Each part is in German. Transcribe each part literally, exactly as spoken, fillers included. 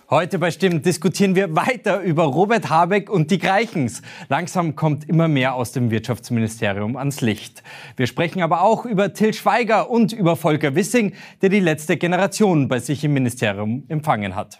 Heute bei Stimmt diskutieren wir weiter über Robert Habeck und die Greichens. Langsam kommt immer mehr aus dem Wirtschaftsministerium ans Licht. Wir sprechen aber auch über Till Schweiger und über Volker Wissing, der die letzte Generation bei sich im Ministerium empfangen hat.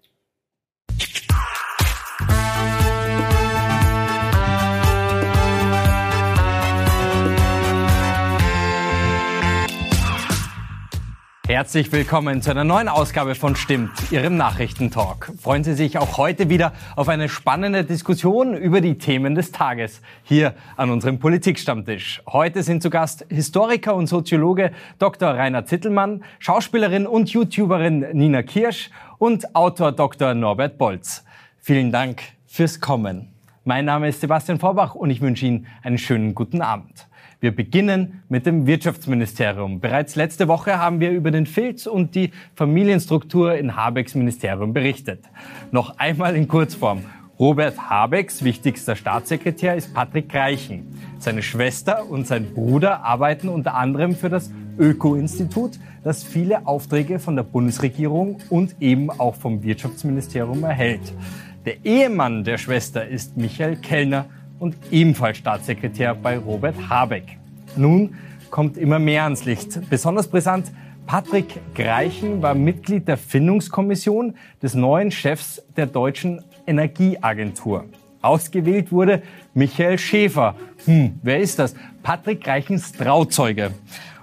Herzlich willkommen zu einer neuen Ausgabe von Stimmt, Ihrem Nachrichtentalk. Freuen Sie sich auch heute wieder auf eine spannende Diskussion über die Themen des Tages hier an unserem Politikstammtisch. Heute sind zu Gast Historiker und Soziologe Doktor Rainer Zittelmann, Schauspielerin und YouTuberin Nina Kirsch und Autor Doktor Norbert Bolz. Vielen Dank fürs Kommen. Mein Name ist Sebastian Vorbach und ich wünsche Ihnen einen schönen guten Abend. Wir beginnen mit dem Wirtschaftsministerium. Bereits letzte Woche haben wir über den Filz und die Familienstruktur in Habecks Ministerium berichtet. Noch einmal in Kurzform. Robert Habecks wichtigster Staatssekretär ist Patrick Greichen. Seine Schwester und sein Bruder arbeiten unter anderem für das Öko-Institut, das viele Aufträge von der Bundesregierung und eben auch vom Wirtschaftsministerium erhält. Der Ehemann der Schwester ist Michael Kellner und ebenfalls Staatssekretär bei Robert Habeck. Nun kommt immer mehr ans Licht. Besonders brisant, Patrick Greichen war Mitglied der Findungskommission des neuen Chefs der Deutschen Energieagentur. Ausgewählt wurde Michael Schäfer. Hm, wer ist das? Patrick Greichens Trauzeuge.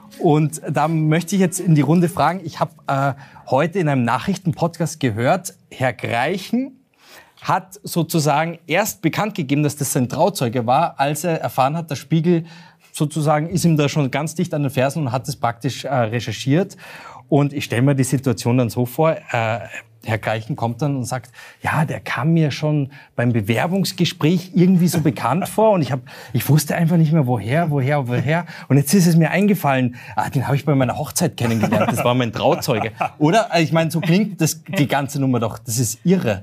Und da möchte ich jetzt in die Runde fragen, ich habe äh, heute in einem Nachrichtenpodcast gehört, Herr Greichen hat sozusagen erst bekannt gegeben, dass das sein Trauzeuge war, als er erfahren hat, der Spiegel sozusagen ist ihm da schon ganz dicht an den Fersen und hat es praktisch äh, recherchiert. Und ich stelle mir die Situation dann so vor, äh, Herr Greichen kommt dann und sagt, ja, der kam mir schon beim Bewerbungsgespräch irgendwie so bekannt vor und ich hab, ich wusste einfach nicht mehr, woher, woher, woher. Und jetzt ist es mir eingefallen, ah, den habe ich bei meiner Hochzeit kennengelernt, das war mein Trauzeuge. Oder? Ich meine, so klingt das, die ganze Nummer doch, das ist irre.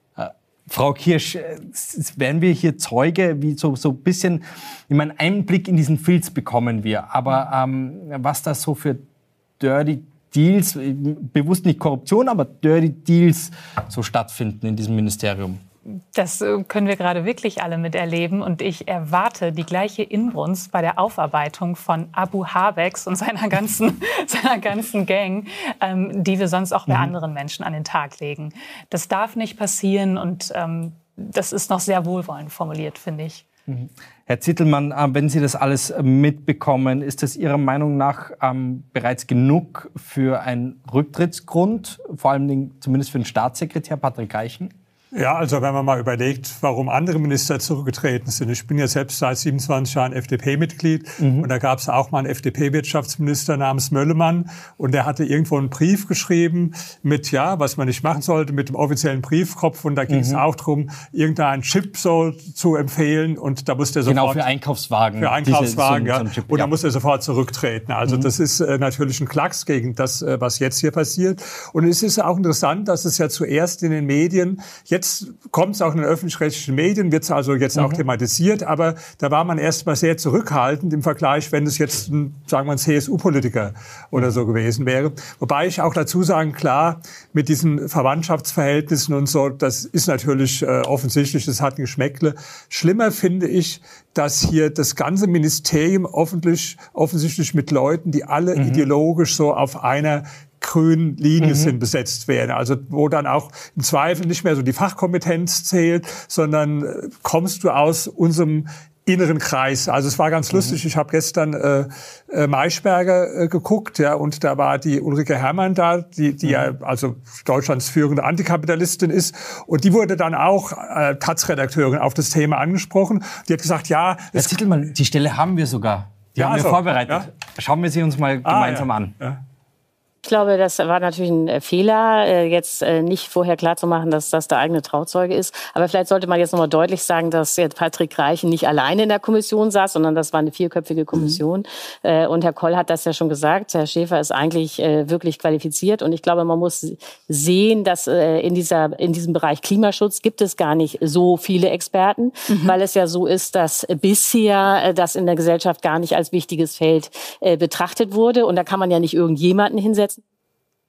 Frau Kirsch, werden wir hier Zeuge, wie so so ein bisschen, ich meine, einen Blick in diesen Filz bekommen wir, aber ähm, was da so für Dirty Deals, bewusst nicht Korruption, aber Dirty Deals so stattfinden in diesem Ministerium? Das können wir gerade wirklich alle miterleben und ich erwarte die gleiche Inbrunst bei der Aufarbeitung von Abu Habecks und seiner ganzen, seiner ganzen Gang, ähm, die wir sonst auch bei mhm. anderen Menschen an den Tag legen. Das darf nicht passieren und ähm, das ist noch sehr wohlwollend formuliert, finde ich. Mhm. Herr Zittelmann, wenn Sie das alles mitbekommen, ist das Ihrer Meinung nach ähm, bereits genug für einen Rücktrittsgrund, vor allem zumindest für den Staatssekretär Patrick Greichen? Ja, also wenn man mal überlegt, warum andere Minister zurückgetreten sind. Ich bin ja selbst seit siebenundzwanzig Jahren F D P-Mitglied mhm. und da gab es auch mal einen F D P-Wirtschaftsminister namens Möllemann und der hatte irgendwo einen Brief geschrieben mit, ja, was man nicht machen sollte, mit dem offiziellen Briefkopf und da ging es mhm. auch darum, irgendeinen Chip so zu empfehlen und da musste er sofort... Genau, für Einkaufswagen. Für Einkaufswagen, diese, so, ja. So Chip, und ja. da musste er sofort zurücktreten. Also mhm. das ist äh, natürlich ein Klacks gegen das, äh, was jetzt hier passiert. Und es ist auch interessant, dass es ja zuerst in den Medien... Jetzt kommt es auch in den öffentlich-rechtlichen Medien, wird es also jetzt mhm. auch thematisiert, aber da war man erst mal sehr zurückhaltend im Vergleich, wenn es jetzt ein, sagen wir, ein C S U-Politiker oder so gewesen wäre. Wobei ich auch dazu sagen, klar, mit diesen Verwandtschaftsverhältnissen und so, das ist natürlich äh, offensichtlich, das hat ein Geschmäckle. Schlimmer finde ich, dass hier das ganze Ministerium offensichtlich, offensichtlich mit Leuten, die alle mhm. ideologisch so auf einer grünen Linie mhm. sind, besetzt werden. Also wo dann auch im Zweifel nicht mehr so die Fachkompetenz zählt, sondern äh, kommst du aus unserem inneren Kreis. Also es war ganz mhm. lustig. Ich habe gestern äh, äh, Maischberger äh, geguckt, ja, und da war die Ulrike Herrmann da, die, die mhm. ja also Deutschlands führende Antikapitalistin ist, und die wurde dann auch äh, Taz-Redakteurin auf das Thema angesprochen. Die hat gesagt, ja, Herr Zittelmann, die Stelle haben wir sogar. Die ja, haben wir also, vorbereitet. Ja? Schauen wir sie uns mal ah, gemeinsam ja. an. Ja. Ich glaube, das war natürlich ein Fehler, jetzt nicht vorher klarzumachen, dass das der eigene Trauzeuge ist. Aber vielleicht sollte man jetzt nochmal deutlich sagen, dass jetzt Patrick Greichen nicht alleine in der Kommission saß, sondern das war eine vierköpfige Kommission. Mhm. Und Herr Koll hat das ja schon gesagt. Herr Schäfer ist eigentlich wirklich qualifiziert. Und ich glaube, man muss sehen, dass in dieser, in diesem Bereich Klimaschutz gibt es gar nicht so viele Experten, mhm. weil es ja so ist, dass bisher das in der Gesellschaft gar nicht als wichtiges Feld betrachtet wurde. Und da kann man ja nicht irgendjemanden hinsetzen.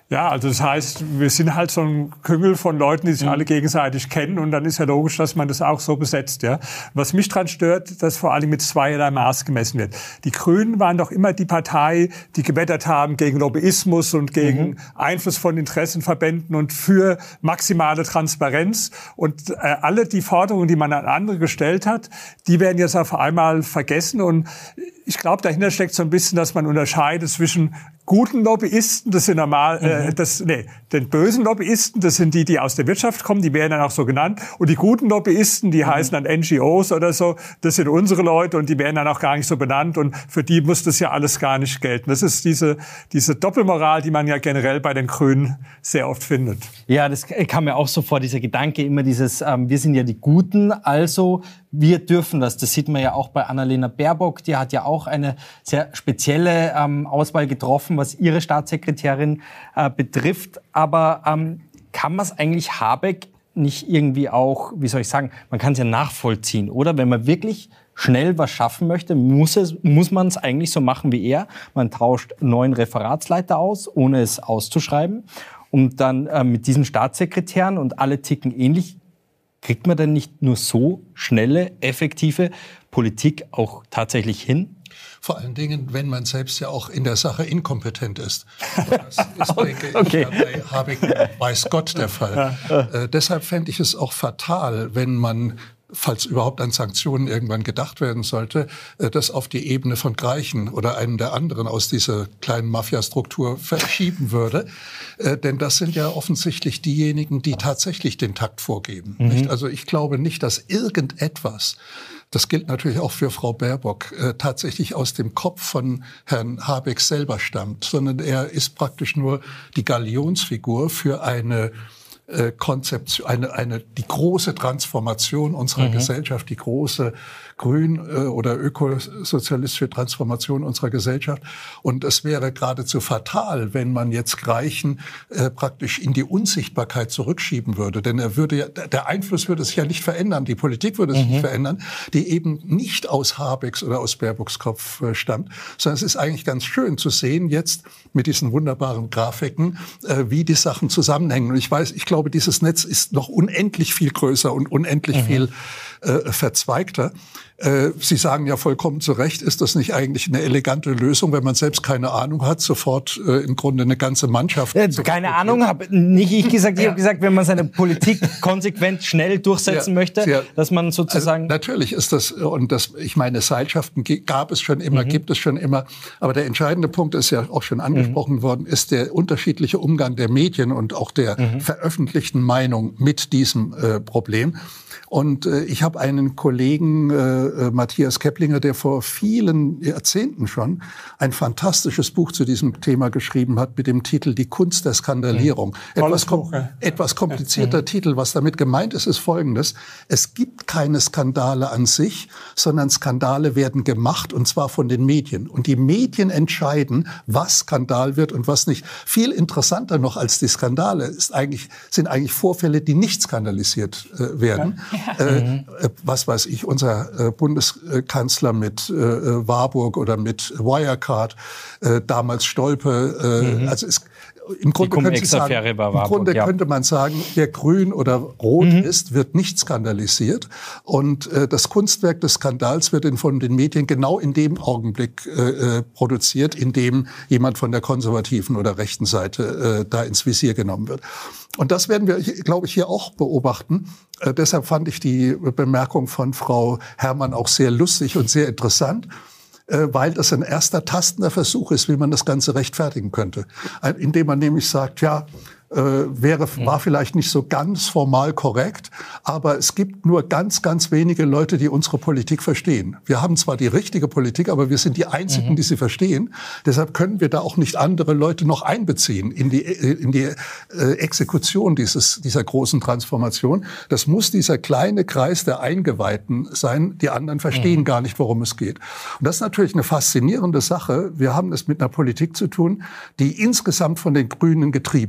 Ja, also das heißt, wir sind halt so ein Küngel von Leuten, die sich mhm. alle gegenseitig kennen und dann ist ja logisch, dass man das auch so besetzt. Ja. Was mich dran stört, dass vor allem mit zweierlei Maß gemessen wird. Die Grünen waren doch immer die Partei, die gewettert haben gegen Lobbyismus und gegen mhm. Einfluss von Interessenverbänden und für maximale Transparenz. Und äh, alle die Forderungen, die man an andere gestellt hat, die werden jetzt auf einmal vergessen. Und ich glaube, dahinter steckt so ein bisschen, dass man unterscheidet zwischen guten Lobbyisten, das sind normal, mhm. äh, das, nee, den bösen Lobbyisten, das sind die, die aus der Wirtschaft kommen, die werden dann auch so genannt. Und die guten Lobbyisten, die mhm. heißen dann N G Os oder so, das sind unsere Leute und die werden dann auch gar nicht so benannt. Und für die muss das ja alles gar nicht gelten. Das ist diese, diese Doppelmoral, die man ja generell bei den Grünen sehr oft findet. Ja, das kam mir auch so vor, dieser Gedanke immer dieses, ähm, wir sind ja die Guten, also wir dürfen das. Das sieht man ja auch bei Annalena Baerbock. Die hat ja auch eine sehr spezielle ähm, Auswahl getroffen, was ihre Staatssekretärin äh, betrifft. Aber ähm, kann man es eigentlich Habeck nicht irgendwie auch, wie soll ich sagen, man kann es ja nachvollziehen, oder? Wenn man wirklich schnell was schaffen möchte, muss es, muss man es eigentlich so machen wie er. Man tauscht neuen Referatsleiter aus, ohne es auszuschreiben. Und dann äh, mit diesen Staatssekretären und alle ticken ähnlich. Kriegt man denn nicht nur so schnelle, effektive Politik auch tatsächlich hin? Vor allen Dingen, wenn man selbst ja auch in der Sache inkompetent ist. Das ist, denke okay. ich, bei Habeck weiß Gott der Fall. Äh, deshalb fände ich es auch fatal, wenn man, falls überhaupt an Sanktionen irgendwann gedacht werden sollte, das auf die Ebene von Greichen oder einem der anderen aus dieser kleinen Mafiastruktur verschieben würde. Denn das sind ja offensichtlich diejenigen, die tatsächlich den Takt vorgeben. Mhm. Nicht? Also ich glaube nicht, dass irgendetwas, das gilt natürlich auch für Frau Baerbock, äh, tatsächlich aus dem Kopf von Herrn Habeck selber stammt, sondern er ist praktisch nur die Galionsfigur für eine äh, Konzeption, eine, eine, die große Transformation unserer mhm. Gesellschaft, die große grün- äh, oder ökosozialistische Transformation unserer Gesellschaft. Und es wäre geradezu fatal, wenn man jetzt Greichen äh, praktisch in die Unsichtbarkeit zurückschieben würde. Denn er würde ja, der Einfluss würde sich ja nicht verändern, die Politik würde sich mhm. nicht verändern, die eben nicht aus Habecks oder aus Baerbocks Kopf äh, stammt, sondern es ist eigentlich ganz schön zu sehen jetzt mit diesen wunderbaren Grafiken, äh, wie die Sachen zusammenhängen. Und ich weiß, ich glaube, dieses Netz ist noch unendlich viel größer und unendlich mhm. viel äh, verzweigter. Äh, Sie sagen ja vollkommen zu Recht, ist das nicht eigentlich eine elegante Lösung, wenn man selbst keine Ahnung hat, sofort äh, im Grunde eine ganze Mannschaft. Äh, keine Ahnung, habe nicht ich gesagt. Ich ja. habe gesagt, wenn man seine Politik konsequent schnell durchsetzen ja, möchte, ja. dass man sozusagen... Also natürlich ist das, und das, ich meine, Seilschaften gab es schon immer, mhm. gibt es schon immer, aber der entscheidende Punkt ist ja auch schon angesprochen mhm. worden, ist der unterschiedliche Umgang der Medien und auch der mhm. veröffentlichten Meinung mit diesem äh, Problem. Und äh, ich habe einen Kollegen, äh, Matthias Keplinger, der vor vielen Jahrzehnten schon ein fantastisches Buch zu diesem Thema geschrieben hat mit dem Titel Die Kunst der Skandalierung. Mhm. Etwas, kom ja. etwas komplizierter mhm. Titel. Was damit gemeint ist, ist Folgendes. Es gibt keine Skandale an sich, sondern Skandale werden gemacht, und zwar von den Medien. Und die Medien entscheiden, was Skandal wird und was nicht. Viel interessanter noch als die Skandale ist eigentlich, sind eigentlich Vorfälle, die nicht skandalisiert äh, werden. Ja. Ja. Äh, was weiß ich, unser äh, Bundeskanzler mit äh, Warburg oder mit Wirecard, äh, damals Stolpe, äh, mhm. also es Im Grunde, könnte, sagen, im Warburg, Grunde ja. könnte man sagen, wer grün oder rot mhm. ist, wird nicht skandalisiert. Und äh, das Kunstwerk des Skandals wird in, von den Medien genau in dem Augenblick äh, produziert, in dem jemand von der konservativen oder rechten Seite äh, da ins Visier genommen wird. Und das werden wir, glaube ich, hier auch beobachten. Äh, deshalb fand ich die Bemerkung von Frau Herrmann auch sehr lustig und sehr interessant, weil das ein erster tastender Versuch ist, wie man das Ganze rechtfertigen könnte. Indem man nämlich sagt, ja, äh, wäre, war vielleicht nicht so ganz formal korrekt, aber es gibt nur ganz, ganz wenige Leute, die unsere Politik verstehen. Wir haben zwar die richtige Politik, aber wir sind die Einzigen, mhm. die sie verstehen. Deshalb können wir da auch nicht andere Leute noch einbeziehen in die, in die äh, Exekution dieses, dieser großen Transformation. Das muss dieser kleine Kreis der Eingeweihten sein. Die anderen verstehen mhm. gar nicht, worum es geht. Und das ist natürlich eine faszinierende Sache. Wir haben es mit einer Politik zu tun, die insgesamt von den Grünen getrieben wird. Also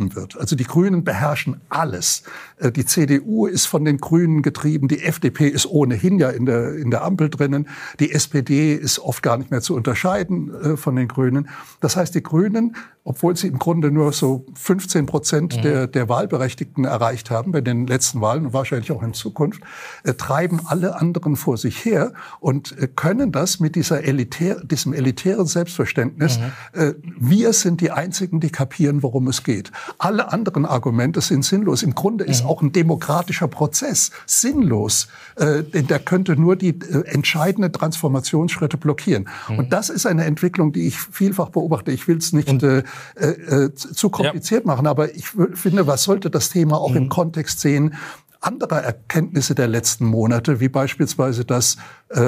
Also die Grünen beherrschen alles. Äh, die C D U ist von den Grünen getrieben, die F D P ist ohnehin ja in der, in der Ampel drinnen, die S P D ist oft gar nicht mehr zu unterscheiden äh, von den Grünen. Das heißt, die Grünen, obwohl sie im Grunde nur so fünfzehn Prozent mhm. der, der Wahlberechtigten erreicht haben bei den letzten Wahlen und wahrscheinlich auch in Zukunft, äh, treiben alle anderen vor sich her und äh, können das mit dieser elitär, diesem elitären Selbstverständnis, mhm. äh, wir sind die Einzigen, die kapieren, worum es geht. Alle anderen Argumente sind sinnlos. Im Grunde ist mhm. auch ein demokratischer Prozess sinnlos, äh, denn der könnte nur die äh, entscheidenden Transformationsschritte blockieren. Mhm. Und das ist eine Entwicklung, die ich vielfach beobachte. Ich will es nicht äh, äh, zu kompliziert ja. machen, aber ich finde, was sollte das Thema auch mhm. im Kontext sehen anderer Erkenntnisse der letzten Monate, wie beispielsweise, dass äh,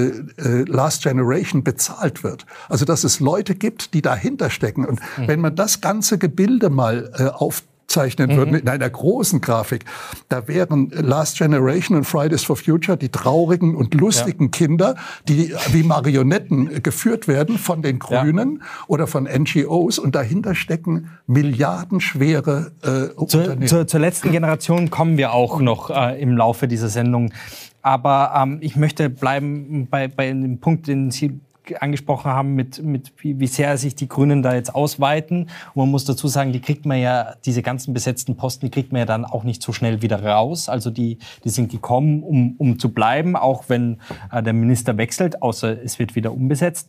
äh, Last Generation bezahlt wird. Also dass es Leute gibt, die dahinter stecken. Und mhm. wenn man das ganze Gebilde mal äh, auf zeichnen mhm. würden in einer großen Grafik, da wären Last Generation und Fridays for Future die traurigen und lustigen ja. Kinder, die wie Marionetten geführt werden von den Grünen ja. oder von N G Os und dahinter stecken milliardenschwere äh, Unternehmen. Zur, zur letzten Generation kommen wir auch noch äh, im Laufe dieser Sendung. Aber ähm, ich möchte bleiben bei, bei dem Punkt, den Sie angesprochen haben, mit, mit wie, wie sehr sich die Grünen da jetzt ausweiten. Und man muss dazu sagen, die kriegt man ja, diese ganzen besetzten Posten, die kriegt man ja dann auch nicht so schnell wieder raus. Also die, die sind gekommen, um, um zu bleiben, auch wenn äh, der Minister wechselt, außer es wird wieder umbesetzt.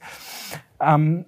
Ähm,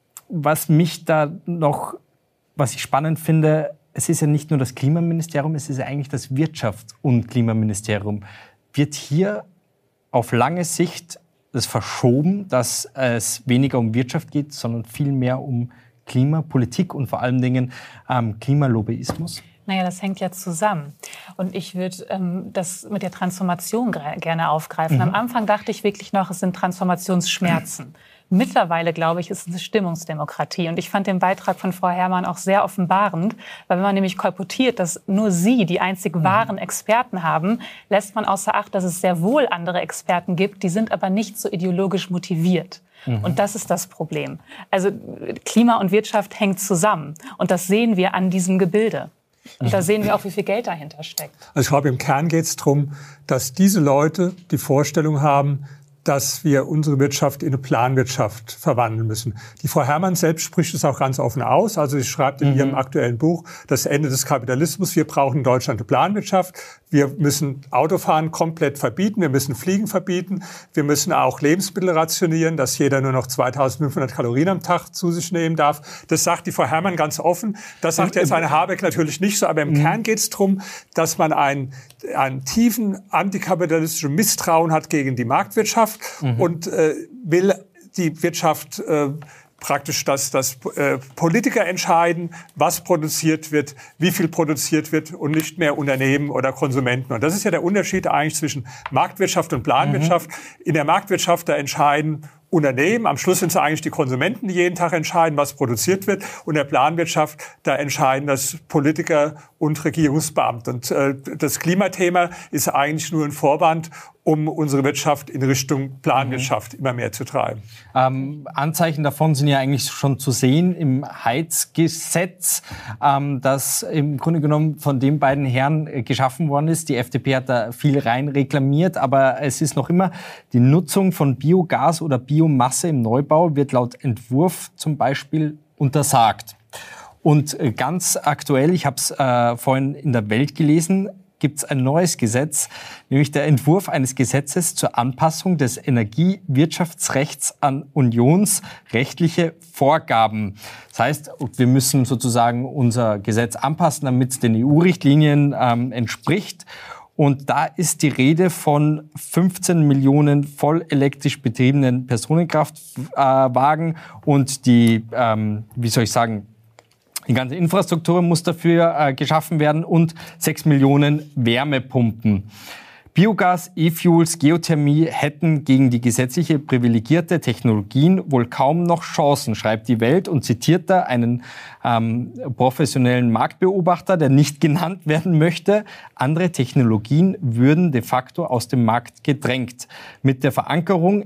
was mich da noch, was ich spannend finde, es ist ja nicht nur das Klimaministerium, es ist ja eigentlich das Wirtschafts- und Klimaministerium. Wird hier auf lange Sicht das verschoben, dass es weniger um Wirtschaft geht, sondern viel mehr um Klimapolitik und vor allen Dingen ähm, Klimalobbyismus? Naja, das hängt ja zusammen. Und ich würde ähm, das mit der Transformation gerne aufgreifen. Mhm. Am Anfang dachte ich wirklich noch, es sind Transformationsschmerzen. Mittlerweile, glaube ich, ist es eine Stimmungsdemokratie. Und ich fand den Beitrag von Frau Herrmann auch sehr offenbarend, weil wenn man nämlich kolportiert, dass nur sie die einzig wahren Experten haben, lässt man außer Acht, dass es sehr wohl andere Experten gibt, die sind aber nicht so ideologisch motiviert. Mhm. Und das ist das Problem. Also Klima und Wirtschaft hängt zusammen. Und das sehen wir an diesem Gebilde. Und da sehen wir auch, wie viel Geld dahinter steckt. Also ich glaube, im Kern geht es darum, dass diese Leute die Vorstellung haben, dass wir unsere Wirtschaft in eine Planwirtschaft verwandeln müssen. Die Frau Herrmann selbst spricht es auch ganz offen aus. Also sie schreibt in mhm. ihrem aktuellen Buch Das Ende des Kapitalismus. Wir brauchen in Deutschland eine Planwirtschaft. Wir müssen Autofahren komplett verbieten. Wir müssen Fliegen verbieten. Wir müssen auch Lebensmittel rationieren, dass jeder nur noch zweitausendfünfhundert Kalorien am Tag zu sich nehmen darf. Das sagt die Frau Herrmann ganz offen. Das sagt jetzt eine Habeck natürlich nicht so. Aber im mhm. Kern geht es darum, dass man einen, einen tiefen antikapitalistischen Misstrauen hat gegen die Marktwirtschaft. Mhm. Und äh, will die Wirtschaft äh, praktisch, dass, dass äh, Politiker entscheiden, was produziert wird, wie viel produziert wird und nicht mehr Unternehmen oder Konsumenten. Und das ist ja der Unterschied eigentlich zwischen Marktwirtschaft und Planwirtschaft. Mhm. In der Marktwirtschaft, da entscheiden Unternehmen, am Schluss sind es eigentlich die Konsumenten, die jeden Tag entscheiden, was produziert wird. Und in der Planwirtschaft, da entscheiden das Politiker und Regierungsbeamte. Und äh, das Klimathema ist eigentlich nur ein Vorwand, um unsere Wirtschaft in Richtung Planwirtschaft mhm. immer mehr zu treiben. Ähm, Anzeichen davon sind ja eigentlich schon zu sehen im Heizgesetz, ähm, das im Grunde genommen von den beiden Herren äh, geschaffen worden ist. Die F D P hat da viel rein reklamiert, aber es ist noch immer die Nutzung von Biogas oder Biomasse im Neubau wird laut Entwurf zum Beispiel untersagt. Und äh, ganz aktuell, ich habe es äh, vorhin in der Welt gelesen, gibt es ein neues Gesetz, nämlich der Entwurf eines Gesetzes zur Anpassung des Energiewirtschaftsrechts an unionsrechtliche Vorgaben. Das heißt, wir müssen sozusagen unser Gesetz anpassen, damit es den E U-Richtlinien ähm, entspricht. Und da ist die Rede von fünfzehn Millionen voll elektrisch betriebenen Personenkraftwagen und die, ähm, wie soll ich sagen, die ganze Infrastruktur muss dafür äh, geschaffen werden und sechs Millionen Wärmepumpen. Biogas, E-Fuels, Geothermie hätten gegen die gesetzliche privilegierte Technologien wohl kaum noch Chancen, schreibt die Welt und zitiert da einen ähm, professionellen Marktbeobachter, der nicht genannt werden möchte. Andere Technologien würden de facto aus dem Markt gedrängt. Mit der Verankerung im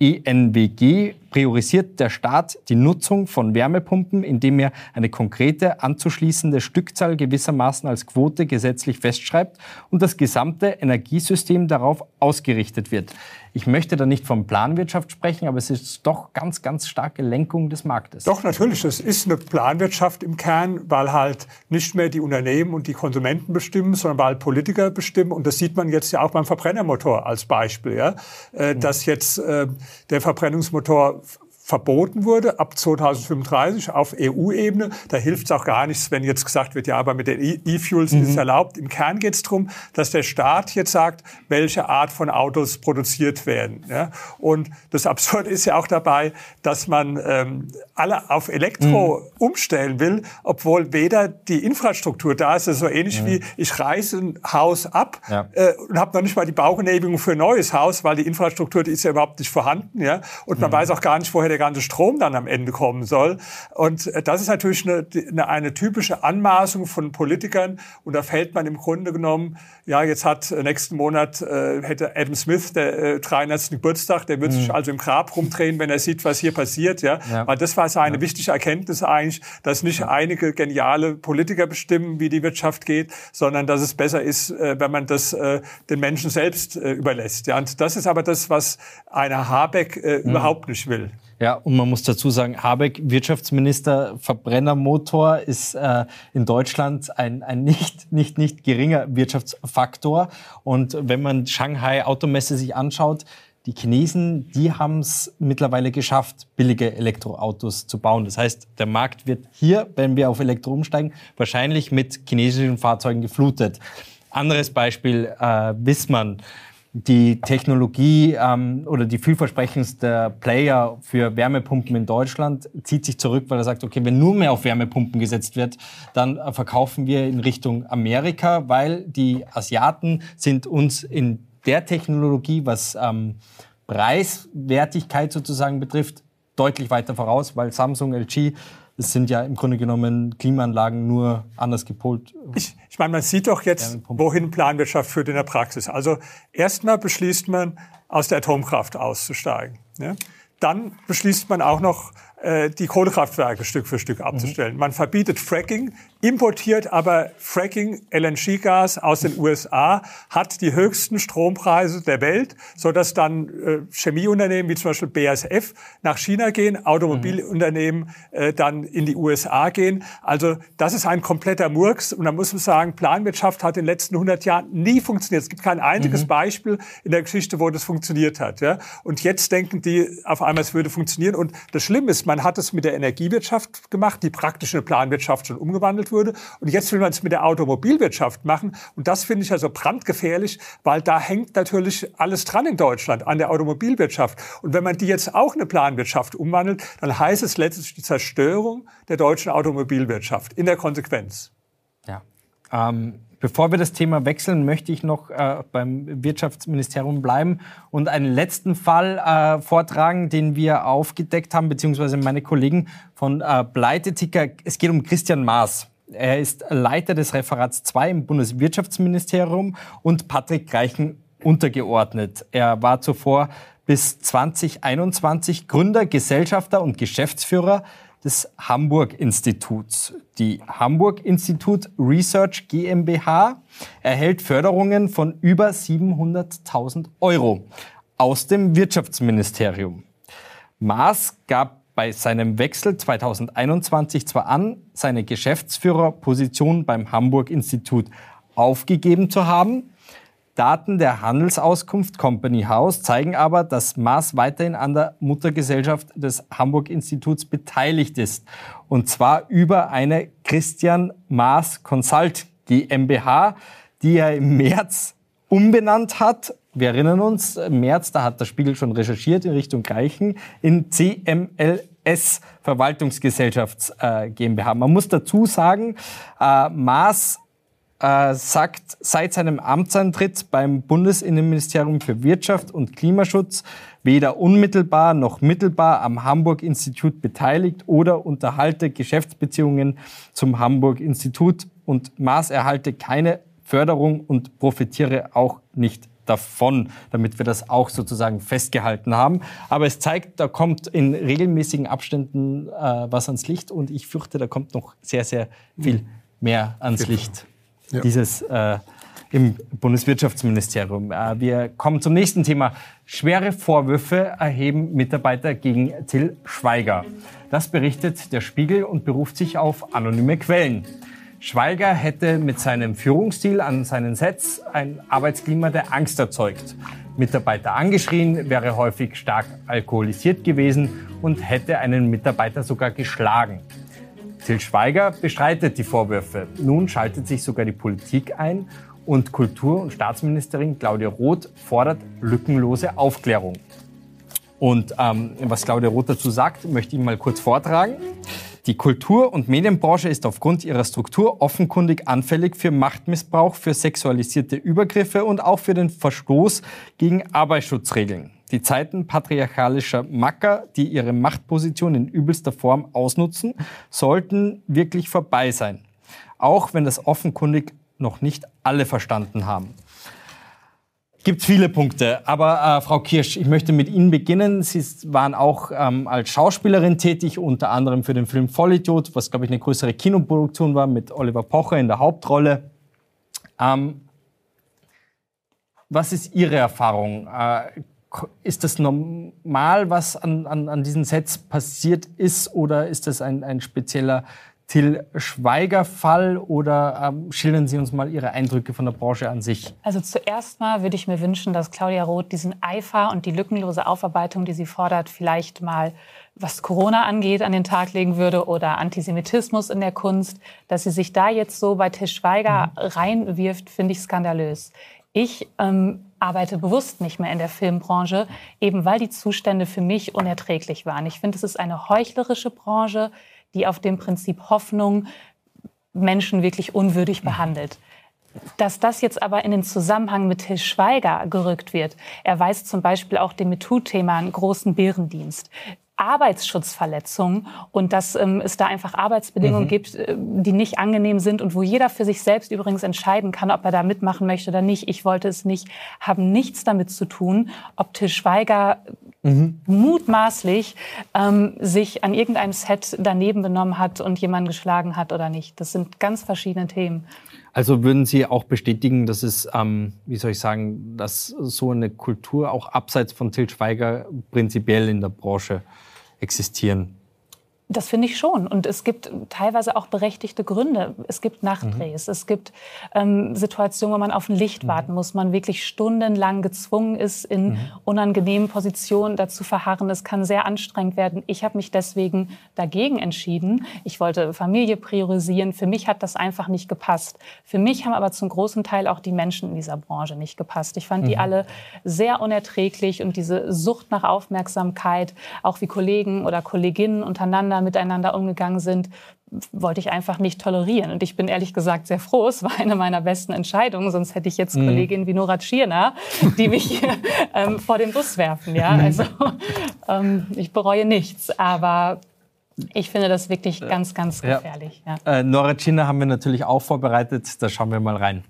E N W G priorisiert der Staat die Nutzung von Wärmepumpen, indem er eine konkrete anzuschließende Stückzahl gewissermaßen als Quote gesetzlich festschreibt und das gesamte Energiesystem darauf ausgerichtet wird. Ich möchte da nicht von Planwirtschaft sprechen, aber es ist doch ganz, ganz starke Lenkung des Marktes. Doch, natürlich. Es ist eine Planwirtschaft im Kern, weil halt nicht mehr die Unternehmen und die Konsumenten bestimmen, sondern weil Politiker bestimmen. Und das sieht man jetzt ja auch beim Verbrennermotor als Beispiel, ja, äh, dass jetzt äh, der Verbrennungsmotor verboten wurde ab zweitausendfünfunddreißig auf E U-Ebene. Da hilft es auch gar nichts, wenn jetzt gesagt wird, ja, aber mit den E-Fuels mhm. ist es erlaubt. Im Kern geht es darum, dass der Staat jetzt sagt, welche Art von Autos produziert werden. Ja? Und das Absurde ist ja auch dabei, dass man ähm, alle auf Elektro mhm. umstellen will, obwohl weder die Infrastruktur da ist. Das ist so ähnlich ja. wie, ich reiße ein Haus ab ja. äh, und habe noch nicht mal die Baugenehmigung für ein neues Haus, weil die Infrastruktur, die ist ja überhaupt nicht vorhanden. Ja? Und man mhm. weiß auch gar nicht, woher der ganze Strom dann am Ende kommen soll. Und das ist natürlich eine, eine, eine typische Anmaßung von Politikern. Und da fällt man im Grunde genommen, ja, jetzt hat nächsten Monat äh, hätte Adam Smith, der äh, dreihundertsten Geburtstag, der wird mhm. sich also im Grab rumdrehen, wenn er sieht, was hier passiert. Ja? Ja. Weil das war seine ja. wichtige Erkenntnis eigentlich, dass nicht ja. einige geniale Politiker bestimmen, wie die Wirtschaft geht, sondern dass es besser ist, äh, wenn man das äh, den Menschen selbst äh, überlässt. Ja? Und das ist aber das, was einer Habeck äh, mhm. überhaupt nicht will. Ja, und man muss dazu sagen, Habeck, Wirtschaftsminister, Verbrennermotor, ist äh, in Deutschland ein, ein nicht, nicht, nicht geringer Wirtschaftsfaktor. Und wenn man Shanghai Automesse sich anschaut, die Chinesen, die haben es mittlerweile geschafft, billige Elektroautos zu bauen. Das heißt, der Markt wird hier, wenn wir auf Elektro umsteigen, wahrscheinlich mit chinesischen Fahrzeugen geflutet. Anderes Beispiel, äh, Wissmann. Die Technologie ähm, oder die vielversprechendste Player für Wärmepumpen in Deutschland zieht sich zurück, weil er sagt, okay, wenn nur mehr auf Wärmepumpen gesetzt wird, dann äh, verkaufen wir in Richtung Amerika, weil die Asiaten sind uns in der Technologie, was ähm, Preiswertigkeit sozusagen betrifft, deutlich weiter voraus, weil Samsung, L G, das sind ja im Grunde genommen Klimaanlagen nur anders gepolt. Ich, ich meine, man sieht doch jetzt, wohin Planwirtschaft führt in der Praxis. Also erstmal beschließt man, aus der Atomkraft auszusteigen. Ja? Dann beschließt man auch noch, äh, die Kohlekraftwerke Stück für Stück abzustellen. Mhm. Man verbietet Fracking, importiert aber Fracking, L N G-Gas aus den U S A, hat die höchsten Strompreise der Welt, sodass dann äh, Chemieunternehmen wie zum Beispiel B A S F nach China gehen, Automobilunternehmen äh, dann in die U S A gehen. Also das ist ein kompletter Murks. Und da muss man sagen, Planwirtschaft hat in den letzten hundert Jahren nie funktioniert. Es gibt kein einziges mhm. Beispiel in der Geschichte, wo das funktioniert hat. Ja? Und jetzt denken die auf einmal, es würde funktionieren. Und das Schlimme ist, man hat es mit der Energiewirtschaft gemacht, die praktisch in eine Planwirtschaft schon umgewandelt wurde. Und jetzt will man es mit der Automobilwirtschaft machen. Und das finde ich also brandgefährlich, weil da hängt natürlich alles dran in Deutschland, an der Automobilwirtschaft. Und wenn man die jetzt auch in eine Planwirtschaft umwandelt, dann heißt es letztlich die Zerstörung der deutschen Automobilwirtschaft in der Konsequenz. Ja. Ähm Bevor wir das Thema wechseln, möchte ich noch äh, beim Wirtschaftsministerium bleiben und einen letzten Fall äh, vortragen, den wir aufgedeckt haben, beziehungsweise meine Kollegen von äh, Pleiteticker. Es geht um Christian Maas. Er ist Leiter des Referats zwei im Bundeswirtschaftsministerium und Patrick Reichen untergeordnet. Er war zuvor bis zwanzig einundzwanzig Gründer, Gesellschafter und Geschäftsführer des Hamburg-Instituts. Die Hamburg-Institut Research GmbH erhält Förderungen von über siebenhunderttausend Euro aus dem Wirtschaftsministerium. Maas gab bei seinem Wechsel zweitausendeinundzwanzig zwar an, seine Geschäftsführerposition beim Hamburg-Institut aufgegeben zu haben. Daten der Handelsauskunft Company House zeigen aber, dass Maas weiterhin an der Muttergesellschaft des Hamburg-Instituts beteiligt ist. Und zwar über eine Christian Maas Consult GmbH, die er im März umbenannt hat. Wir erinnern uns, im März, da hat der Spiegel schon recherchiert in Richtung Reichen, in C M L S Verwaltungsgesellschafts äh, GmbH. Man muss dazu sagen, äh, Maas Äh, sagt seit seinem Amtsantritt beim Bundesinnenministerium für Wirtschaft und Klimaschutz weder unmittelbar noch mittelbar am Hamburg-Institut beteiligt oder unterhalte Geschäftsbeziehungen zum Hamburg-Institut und Maas erhalte keine Förderung und profitiere auch nicht davon, damit wir das auch sozusagen festgehalten haben. Aber es zeigt, da kommt in regelmäßigen Abständen äh, was ans Licht und ich fürchte, da kommt noch sehr, sehr viel mehr ans Licht. Ja. Dieses äh, im Bundeswirtschaftsministerium. Äh, wir kommen zum nächsten Thema. Schwere Vorwürfe erheben Mitarbeiter gegen Till Schweiger. Das berichtet der Spiegel und beruft sich auf anonyme Quellen. Schweiger hätte mit seinem Führungsstil an seinen Sets ein Arbeitsklima der Angst erzeugt. Mitarbeiter angeschrien, wäre häufig stark alkoholisiert gewesen und hätte einen Mitarbeiter sogar geschlagen. Till Schweiger bestreitet die Vorwürfe. Nun schaltet sich sogar die Politik ein und Kultur- und Staatsministerin Claudia Roth fordert lückenlose Aufklärung. Und ähm, was Claudia Roth dazu sagt, möchte ich mal kurz vortragen. Die Kultur- und Medienbranche ist aufgrund ihrer Struktur offenkundig anfällig für Machtmissbrauch, für sexualisierte Übergriffe und auch für den Verstoß gegen Arbeitsschutzregeln. Die Zeiten patriarchalischer Macker, die ihre Machtposition in übelster Form ausnutzen, sollten wirklich vorbei sein. Auch wenn das offenkundig noch nicht alle verstanden haben. Gibt viele Punkte, aber äh, Frau Kirsch, ich möchte mit Ihnen beginnen. Sie waren auch ähm, als Schauspielerin tätig, unter anderem für den Film Vollidiot, was, glaube ich, eine größere Kinoproduktion war, mit Oliver Pocher in der Hauptrolle. Ähm, was ist Ihre Erfahrung? Äh, ist das normal, was an, an, an diesen Sets passiert ist, oder ist das ein, ein spezieller Till Schweiger-Fall, oder ähm, schildern Sie uns mal Ihre Eindrücke von der Branche an sich? Also zuerst mal würde ich mir wünschen, dass Claudia Roth diesen Eifer und die lückenlose Aufarbeitung, die sie fordert, vielleicht mal, was Corona angeht, an den Tag legen würde oder Antisemitismus in der Kunst. Dass sie sich da jetzt so bei Till Schweiger mhm. reinwirft, finde ich skandalös. Ich ähm, arbeite bewusst nicht mehr in der Filmbranche, eben weil die Zustände für mich unerträglich waren. Ich finde, es ist eine heuchlerische Branche, die auf dem Prinzip Hoffnung Menschen wirklich unwürdig behandelt. Dass das jetzt aber in den Zusammenhang mit Till Schweiger gerückt wird, erweist zum Beispiel auch dem MeToo-Thema einen großen Bärendienst. Arbeitsschutzverletzungen und dass ähm, es da einfach Arbeitsbedingungen mhm. gibt, äh, die nicht angenehm sind und wo jeder für sich selbst übrigens entscheiden kann, ob er da mitmachen möchte oder nicht. Ich wollte es nicht, haben nichts damit zu tun, ob Till Schweiger mhm. mutmaßlich ähm, sich an irgendeinem Set daneben benommen hat und jemanden geschlagen hat oder nicht. Das sind ganz verschiedene Themen. Also würden Sie auch bestätigen, dass es, ähm, wie soll ich sagen, dass so eine Kultur auch abseits von Till Schweiger prinzipiell in der Branche existieren? Das finde ich schon. Und es gibt teilweise auch berechtigte Gründe. Es gibt Nachtdrehs. Mhm. Es gibt ähm, Situationen, wo man auf ein Licht mhm. warten muss. Man wirklich stundenlang gezwungen ist, in mhm. unangenehmen Positionen dazu verharren. Es kann sehr anstrengend werden. Ich habe mich deswegen dagegen entschieden. Ich wollte Familie priorisieren. Für mich hat das einfach nicht gepasst. Für mich haben aber zum großen Teil auch die Menschen in dieser Branche nicht gepasst. Ich fand mhm. die alle sehr unerträglich. Und diese Sucht nach Aufmerksamkeit, auch wie Kollegen oder Kolleginnen untereinander miteinander umgegangen sind, wollte ich einfach nicht tolerieren. Und ich bin ehrlich gesagt sehr froh, es war eine meiner besten Entscheidungen, sonst hätte ich jetzt mhm. Kolleginnen wie Nora Tschirner, die mich ähm, vor den Bus werfen. Ja? Also ähm, ich bereue nichts, aber ich finde das wirklich ganz, ganz gefährlich. Ja. Ja. Äh, Nora Tschirner haben wir natürlich auch vorbereitet, da schauen wir mal rein.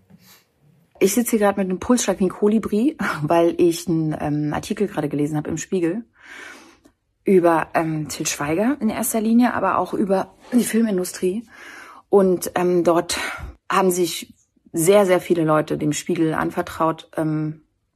Ich sitze hier gerade mit einem Pulsschlag wie ein Kolibri, weil ich einen ähm, Artikel gerade gelesen habe im Spiegel über ähm, Till Schweiger in erster Linie, aber auch über die Filmindustrie. Und ähm, dort haben sich sehr, sehr viele Leute dem Spiegel anvertraut ähm,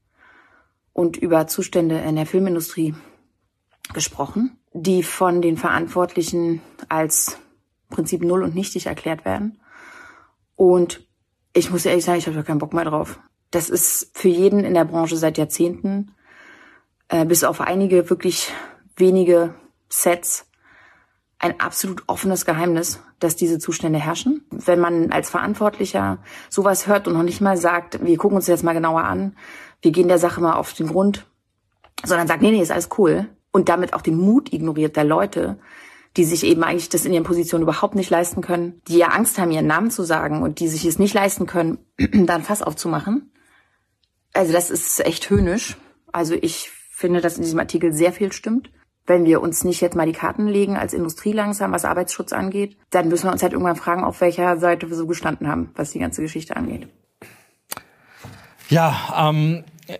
und über Zustände in der Filmindustrie gesprochen, die von den Verantwortlichen als Prinzip null und nichtig erklärt werden. Und ich muss ehrlich sagen, ich habe da keinen Bock mehr drauf. Das ist für jeden in der Branche seit Jahrzehnten, äh, bis auf einige wirklich wenige Sets, ein absolut offenes Geheimnis, dass diese Zustände herrschen. Wenn man als Verantwortlicher sowas hört und noch nicht mal sagt, wir gucken uns das jetzt mal genauer an, wir gehen der Sache mal auf den Grund, sondern sagt, nee, nee, ist alles cool, und damit auch den Mut ignoriert der Leute, die sich eben eigentlich das in ihren Positionen überhaupt nicht leisten können, die ja Angst haben, ihren Namen zu sagen und die sich es nicht leisten können, da ein Fass aufzumachen. Also das ist echt höhnisch. Also ich finde, dass in diesem Artikel sehr viel stimmt. Wenn wir uns nicht jetzt mal die Karten legen als Industrie langsam, was Arbeitsschutz angeht, dann müssen wir uns halt irgendwann fragen, auf welcher Seite wir so gestanden haben, was die ganze Geschichte angeht. Ja, ähm,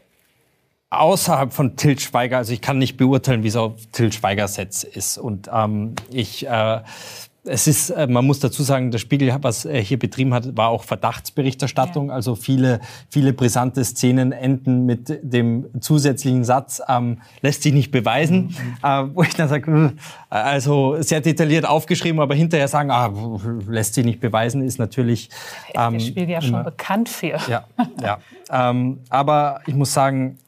außerhalb von Til Schweiger, also ich kann nicht beurteilen, wie es auf Til Schweigers Sets ist. Und ähm, ich... Äh, Es ist, man muss dazu sagen, der Spiegel, was er hier betrieben hat, war auch Verdachtsberichterstattung. Ja. Also viele, viele brisante Szenen enden mit dem zusätzlichen Satz, ähm, lässt sich nicht beweisen. Mhm. Äh, wo ich dann sage, also sehr detailliert aufgeschrieben, aber hinterher sagen, ah, lässt sich nicht beweisen, ist natürlich... Ähm, der Spiegel ja schon immer bekannt für. Ja, ja. ähm, aber ich muss sagen,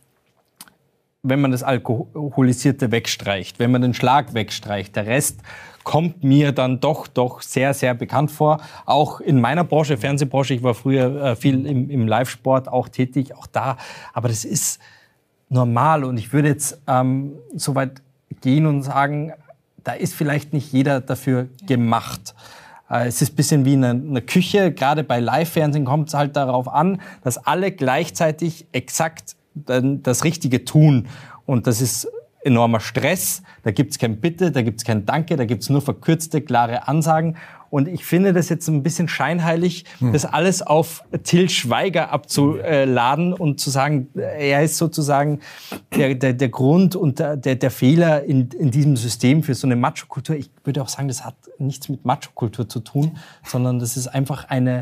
wenn man das Alkoholisierte wegstreicht, wenn man den Schlag wegstreicht, der Rest kommt mir dann doch, doch sehr, sehr bekannt vor. Auch in meiner Branche, Fernsehbranche, ich war früher äh, viel im, im Live-Sport auch tätig, auch da. Aber das ist normal und ich würde jetzt ähm, so weit gehen und sagen, da ist vielleicht nicht jeder dafür gemacht. Äh, es ist ein bisschen wie eine, eine Küche, gerade bei Live-Fernsehen kommt es halt darauf an, dass alle gleichzeitig exakt das Richtige tun. Und das ist enormer Stress, da gibt's kein Bitte, da gibt's kein Danke, da gibt's nur verkürzte, klare Ansagen. Und ich finde das jetzt ein bisschen scheinheilig, hm. das alles auf Til Schweiger abzuladen und zu sagen, er ist sozusagen der, der, der Grund und der, der Fehler in, in diesem System für so eine Macho-Kultur. Ich würde auch sagen, das hat nichts mit Macho-Kultur zu tun, sondern das ist einfach eine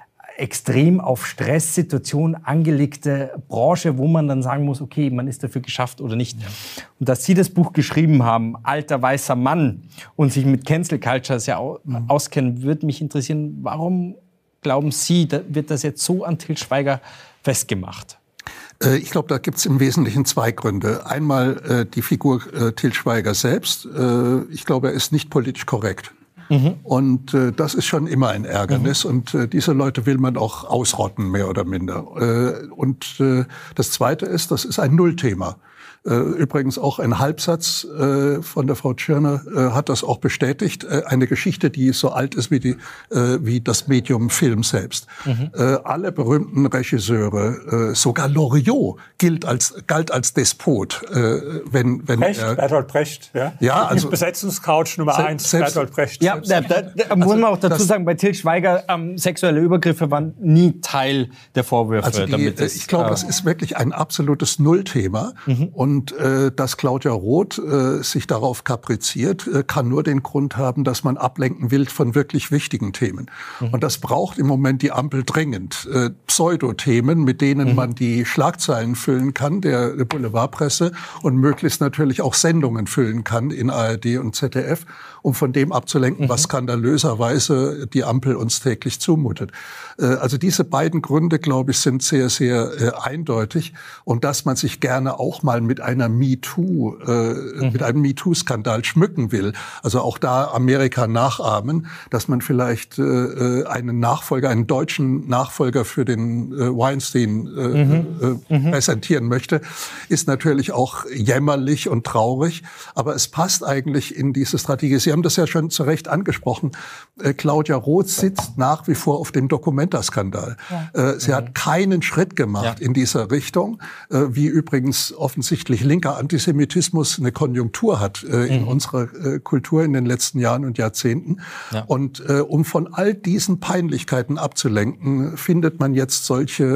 extrem auf Stresssituation angelegte Branche, wo man dann sagen muss, okay, man ist dafür geschafft oder nicht. Ja. Und dass Sie das Buch geschrieben haben, Alter weißer Mann, und sich mit Cancel Culture sehr mhm. auskennen, würde mich interessieren, warum glauben Sie, da wird das jetzt so an Til Schweiger festgemacht? Ich glaube, da gibt es im Wesentlichen zwei Gründe. Einmal äh, die Figur äh, Til Schweiger selbst. Äh, ich glaube, er ist nicht politisch korrekt. Mhm. Und äh, das ist schon immer ein Ärgernis. Mhm. Und äh, diese Leute will man auch ausrotten, mehr oder minder. Äh, und äh, das Zweite ist, das ist ein Nullthema. Äh, übrigens auch ein Halbsatz äh, von der Frau Tschirner äh, hat das auch bestätigt. Äh, eine Geschichte, die so alt ist wie, die, äh, wie das Medium Film selbst. Mhm. Äh, alle berühmten Regisseure, äh, sogar Loriot gilt als, galt als Despot. Äh, wenn, wenn Brecht, er, Bertolt Brecht. Ja, ja also Besetzungscouch Nummer se- eins, selbst, Bertolt Brecht. Ja, da, da, da muss man auch dazu das, sagen, bei Til Schweiger ähm, sexuelle Übergriffe waren nie Teil der Vorwürfe. Also die, damit das, ich glaube, äh, das ist wirklich ein absolutes Nullthema. Mhm. Und äh, dass Claudia Roth äh, sich darauf kapriziert, äh, kann nur den Grund haben, dass man ablenken will von wirklich wichtigen Themen. Mhm. Und das braucht im Moment die Ampel dringend. Äh, Pseudothemen, mit denen mhm. man die Schlagzeilen füllen kann, der, der Boulevardpresse, und möglichst natürlich auch Sendungen füllen kann in A R D und Z D F, um von dem abzulenken, mhm. was skandalöserweise die Ampel uns täglich zumutet. Äh, also diese beiden Gründe, glaube ich, sind sehr, sehr äh, eindeutig. Und dass man sich gerne auch mal mit einer MeToo, äh, mhm. mit einem MeToo-Skandal schmücken will, also auch da Amerika nachahmen, dass man vielleicht äh, einen Nachfolger, einen deutschen Nachfolger für den äh, Weinstein äh, mhm. äh, mhm. präsentieren möchte, ist natürlich auch jämmerlich und traurig. Aber es passt eigentlich in diese Strategie. Sie haben das ja schon zu Recht angesprochen. Äh, Claudia Roth sitzt nach wie vor auf dem Documenta-Skandal. Ja. Äh, sie mhm. hat keinen Schritt gemacht ja. in dieser Richtung, äh, wie übrigens offensichtlich linker Antisemitismus eine Konjunktur hat äh, in mhm. unserer äh, Kultur in den letzten Jahren und Jahrzehnten. Ja. Und äh, um von all diesen Peinlichkeiten abzulenken, findet man jetzt solche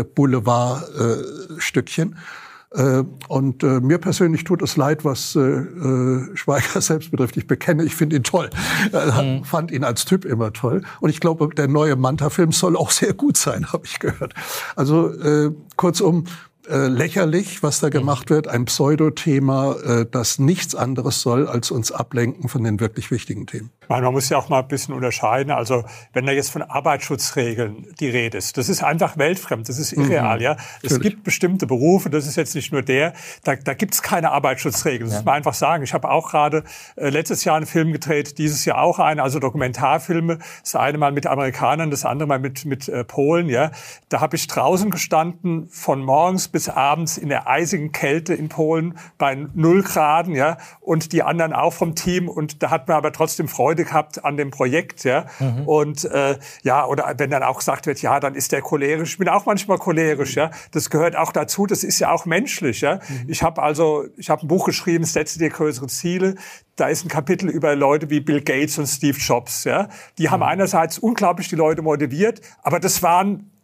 Boulevardstückchen. Äh, Und äh, mir persönlich tut es leid, was äh, äh, Schweiger selbst betrifft. Ich bekenne, ich finde ihn toll. Äh, mhm. Fand ihn als Typ immer toll. Und ich glaube, der neue Manta-Film soll auch sehr gut sein, habe ich gehört. Also äh, kurzum, äh, lächerlich, was da gemacht wird. Ein Pseudothema, äh, das nichts anderes soll, als uns ablenken von den wirklich wichtigen Themen. Ich meine, man muss ja auch mal ein bisschen unterscheiden. Also wenn da jetzt von Arbeitsschutzregeln die Rede ist, das ist einfach weltfremd, das ist irreal. Mhm. Ja, es Natürlich. gibt bestimmte Berufe, das ist jetzt nicht nur der, da, da gibt es keine Arbeitsschutzregeln. Das ja. muss man einfach sagen. Ich habe auch gerade äh, letztes Jahr einen Film gedreht, dieses Jahr auch einen, also Dokumentarfilme. Das eine Mal mit Amerikanern, das andere Mal mit mit äh, Polen. Ja, da habe ich draußen gestanden von morgens bis abends in der eisigen Kälte in Polen bei null Graden. Ja, und die anderen auch vom Team. Und da hat man aber trotzdem Freude gehabt an dem Projekt, ja. Mhm. Und äh, ja, oder wenn dann auch gesagt wird, ja, dann ist der cholerisch. Ich bin auch manchmal cholerisch, ja. Das gehört auch dazu. Das ist ja auch menschlich, ja. Mhm. Ich habe also, ich habe ein Buch geschrieben, Setze dir größere Ziele. Da ist ein Kapitel über Leute wie Bill Gates und Steve Jobs, ja. Die haben mhm. einerseits unglaublich die Leute motiviert, aber das waren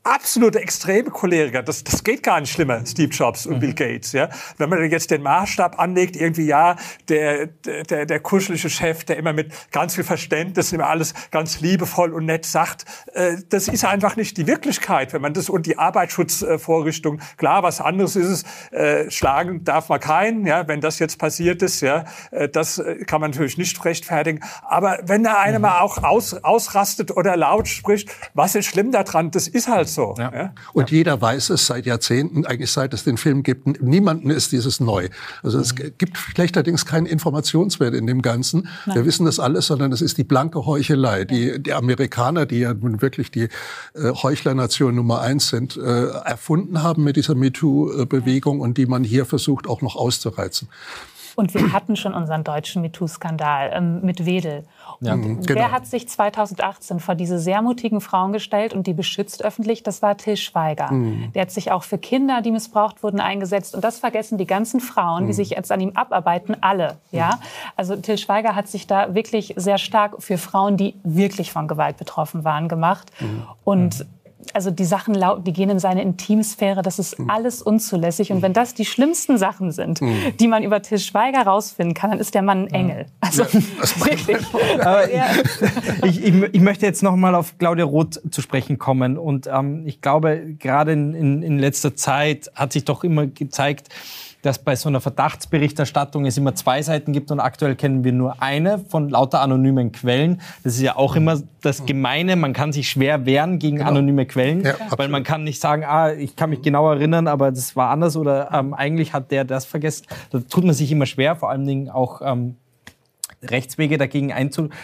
absolute extreme Choleriker. Das, das geht gar nicht schlimmer, Steve Jobs und mhm. Bill Gates. Ja? Wenn man jetzt den Maßstab anlegt, irgendwie ja, der, der, der kuschelige Chef, der immer mit ganz viel Verständnis immer alles ganz liebevoll und nett sagt, äh, das ist einfach nicht die Wirklichkeit. Wenn man das und die Arbeitsschutzvorrichtung, äh, klar, was anderes ist es, äh, schlagen darf man keinen, ja, wenn das jetzt passiert ist, ja, äh, das kann man natürlich nicht rechtfertigen. Aber wenn da einer mhm. mal auch aus, ausrastet oder laut spricht, was ist schlimm daran? Das ist halt so. Ja. Ja? Und ja. jeder weiß es seit Jahrzehnten, eigentlich seit es den Film gibt, niemandem ist dieses neu. Also es mhm. gibt schlechterdings keinen Informationswert in dem Ganzen. Nein. Wir wissen das alles, sondern es ist die blanke Heuchelei. Die, die Amerikaner, die ja nun wirklich die äh, Heuchlernation Nummer eins sind, äh, erfunden haben mit dieser MeToo-Bewegung ja. und die man hier versucht auch noch auszureizen. Und wir hatten schon unseren deutschen MeToo-Skandal ähm, mit Wedel. Ja, und genau. wer hat sich zweitausendachtzehn vor diese sehr mutigen Frauen gestellt und die beschützt öffentlich? Das war Til Schweiger. Mhm. Der hat sich auch für Kinder, die missbraucht wurden, eingesetzt. Und das vergessen die ganzen Frauen, mhm. die sich jetzt an ihm abarbeiten, alle. Ja? Also Til Schweiger hat sich da wirklich sehr stark für Frauen, die wirklich von Gewalt betroffen waren, gemacht. Mhm. Und mhm. also die Sachen, die gehen in seine Intimsphäre, das ist alles unzulässig. Und wenn das die schlimmsten Sachen sind, mhm. die man über Til Schweiger rausfinden kann, dann ist der Mann ein Engel. Also ja, wirklich. Aber ich, ich, ich möchte jetzt noch mal auf Claudia Roth zu sprechen kommen. Und ähm, ich glaube, gerade in, in, in letzter Zeit hat sich doch immer gezeigt, dass bei so einer Verdachtsberichterstattung es immer zwei Seiten gibt und aktuell kennen wir nur eine von lauter anonymen Quellen. Das ist ja auch immer das Gemeine, man kann sich schwer wehren gegen genau. anonyme Quellen, ja, weil man kann nicht sagen, ah, ich kann mich genau erinnern, aber das war anders oder ähm, eigentlich hat der das vergessen. Da tut man sich immer schwer, vor allen Dingen auch ähm, Rechtswege dagegen